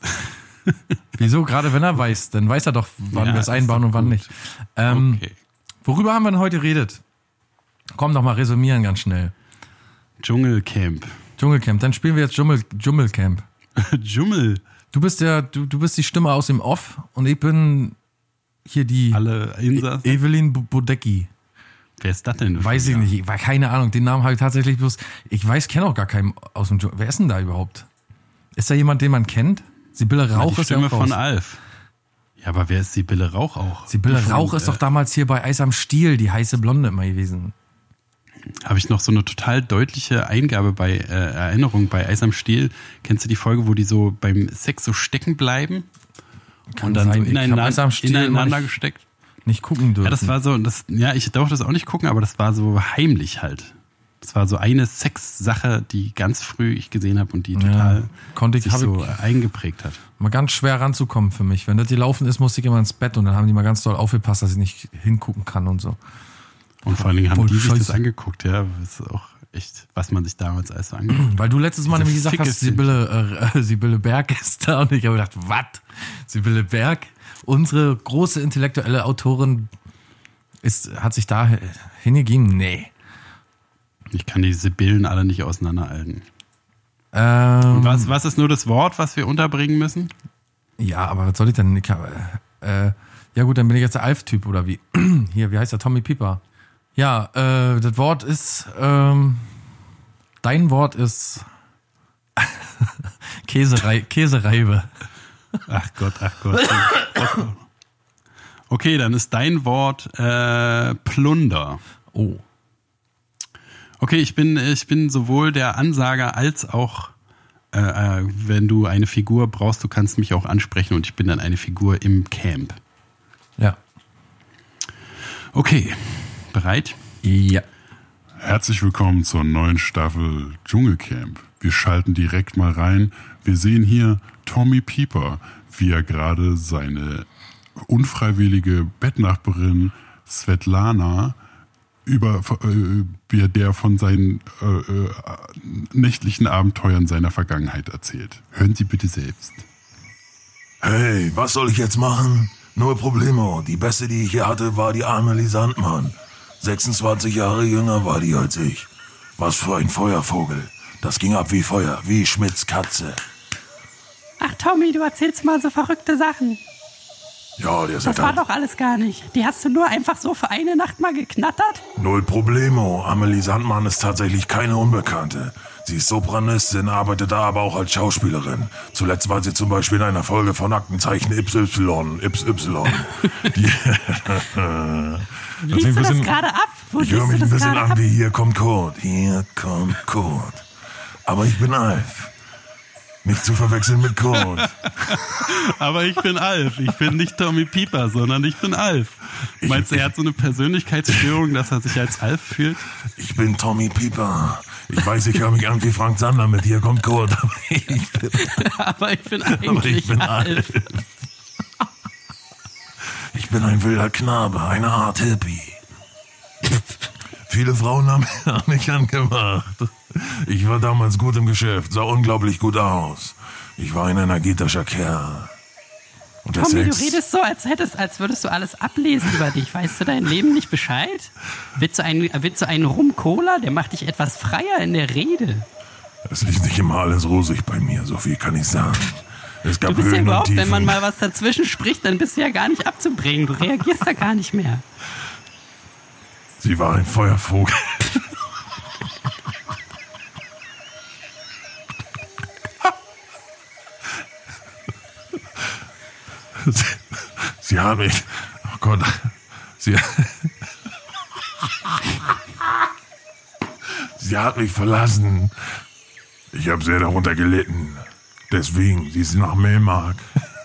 Wieso? Gerade wenn er weiß, dann weiß er doch, wann wir es einbauen und wann nicht. Okay. Worüber haben wir denn heute geredet? Komm doch mal resümieren ganz schnell. Dschungelcamp. Dann spielen wir jetzt Dschungelcamp. Dschungel. Du bist die Stimme aus dem Off und ich bin hier die Alle Insassen. Evelyn Bodecki. Wer ist das denn? Weiß ich nicht, keine Ahnung. Den Namen habe ich tatsächlich bloß. Ich kenne auch gar keinen aus dem Dschungel. Wer ist denn da überhaupt? Ist da jemand, den man kennt? Sibylle Rauch die ist ja Stimme auch raus. von Alf. Ja, aber wer ist Sibylle Rauch auch? Sibylle Rauch ist doch damals hier bei Eis am Stiel, die heiße Blonde immer gewesen. Habe ich noch so eine total deutliche Eingabe bei Erinnerung bei Eis am Stiel. Kennst du die Folge, wo die so beim Sex so stecken bleiben? Kann und dann sein. so Ich hab Eis am Stiel ineinander gesteckt? Nicht gucken dürfen. Ja, das war so, ich durfte das auch nicht gucken, aber das war so heimlich halt. Das war so eine Sexsache, die ganz früh ich gesehen habe und die total sich so eingeprägt hat. Mal ganz schwer ranzukommen für mich. Wenn das gelaufen ist, musste ich immer ins Bett und dann haben die mal ganz doll aufgepasst, dass ich nicht hingucken kann und so. Und vor allen Dingen haben die sich Scheiße. das angeguckt, ja. Das ist auch echt, was man sich damals alles so angeguckt hat. Weil du letztes Mal Diese nämlich gesagt hast, Sibylle Berg ist da und ich habe gedacht, was? Sibylle Berg? Unsere große intellektuelle Autorin hat sich da hingegeben? Nee. Ich kann die Sibyllen alle nicht auseinanderhalten. Und was ist nur das Wort, was wir unterbringen müssen? Ja, aber was soll ich denn? Ja gut, dann bin ich jetzt der Alf-Typ oder wie? Hier, wie heißt der? Tommy Pieper. Ja, das Wort ist, dein Wort ist Käsereibe. Ach Gott. Okay, dann ist dein Wort Plunder. Oh. Okay, ich bin sowohl der Ansager als auch, wenn du eine Figur brauchst, du kannst mich auch ansprechen und ich bin dann eine Figur im Camp. Ja. Okay, bereit? Ja. Herzlich willkommen zur neuen Staffel Dschungelcamp. Wir schalten direkt mal rein. Wir sehen hier Tommy Pieper, wie er gerade seine unfreiwillige Bettnachbarin Svetlana wie der von seinen nächtlichen Abenteuern seiner Vergangenheit erzählt. Hören Sie bitte selbst. Hey, was soll ich jetzt machen? Nur Problemo. Die beste, die ich hier hatte, war die Amelie Sandmann. 26 Jahre jünger war die als ich. Was für ein Feuervogel. Das ging ab wie Feuer, wie Schmidts Katze. Ach Tommy, du erzählst mal so verrückte Sachen. Ja, der ist Das war doch alles gar nicht. Die hast du nur einfach so für eine Nacht mal geknattert? Null Problemo. Amelie Sandmann ist tatsächlich keine Unbekannte. Sie ist Sopranistin, arbeitet da aber auch als Schauspielerin. Zuletzt war sie zum Beispiel in einer Folge von Aktenzeichen XY. Liest du das gerade ab? Wo Ich höre liest mich du ein das bisschen gerade an ab? wie Hier kommt Kurt. Hier kommt Kurt. Aber ich bin Alf. Nicht zu verwechseln mit Kurt. Aber ich bin Alf. Ich bin nicht Tommy Pieper, sondern ich bin Alf. Meinst du, er hat so eine Persönlichkeitsstörung, dass er sich als Alf fühlt? Ich bin Tommy Pieper. Ich weiß, ich höre mich an wie Frank Zander mit Hier kommt Kurt. Aber ich bin eigentlich Alf. Ich bin ein wilder Knabe, eine Art Hippie. Viele Frauen haben mich angemacht. Ich war damals gut im Geschäft, sah unglaublich gut aus. Ich war ein energetischer Kerl. Und der Tommy, Sex. du redest so, als würdest du alles ablesen über dich. Weißt du dein Leben nicht Bescheid? Willst du einen Rum-Cola? Der macht dich etwas freier in der Rede. Es liegt nicht immer alles rosig bei mir, so viel kann ich sagen. Es gab Du bist ja Höhen und überhaupt, Tiefen. wenn man mal was dazwischen spricht, dann bist du ja gar nicht abzubringen. Du reagierst da gar nicht mehr. Sie war ein Feuervogel. Sie hat mich... Oh Gott. Sie hat mich verlassen. Ich habe sehr darunter gelitten. Deswegen, sie ist nach Melmark.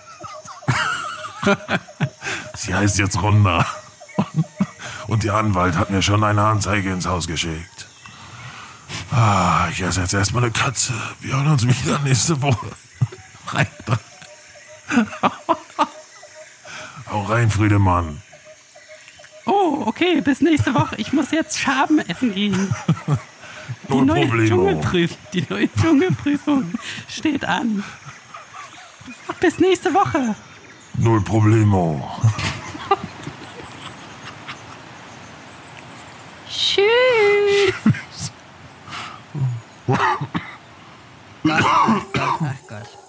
Sie heißt jetzt Ronda. Und der Anwalt hat mir schon eine Anzeige ins Haus geschickt. Ich esse jetzt erstmal eine Katze. Wir hören uns wieder nächste Woche. Rein. Hau rein, Friedemann. Oh, okay, bis nächste Woche. Ich muss jetzt Schaben essen gehen. Die Null neue Problemo. Dschungelprüfung steht an. Bis nächste Woche. Null Problemo. Tschüss. Gott, ach Gott.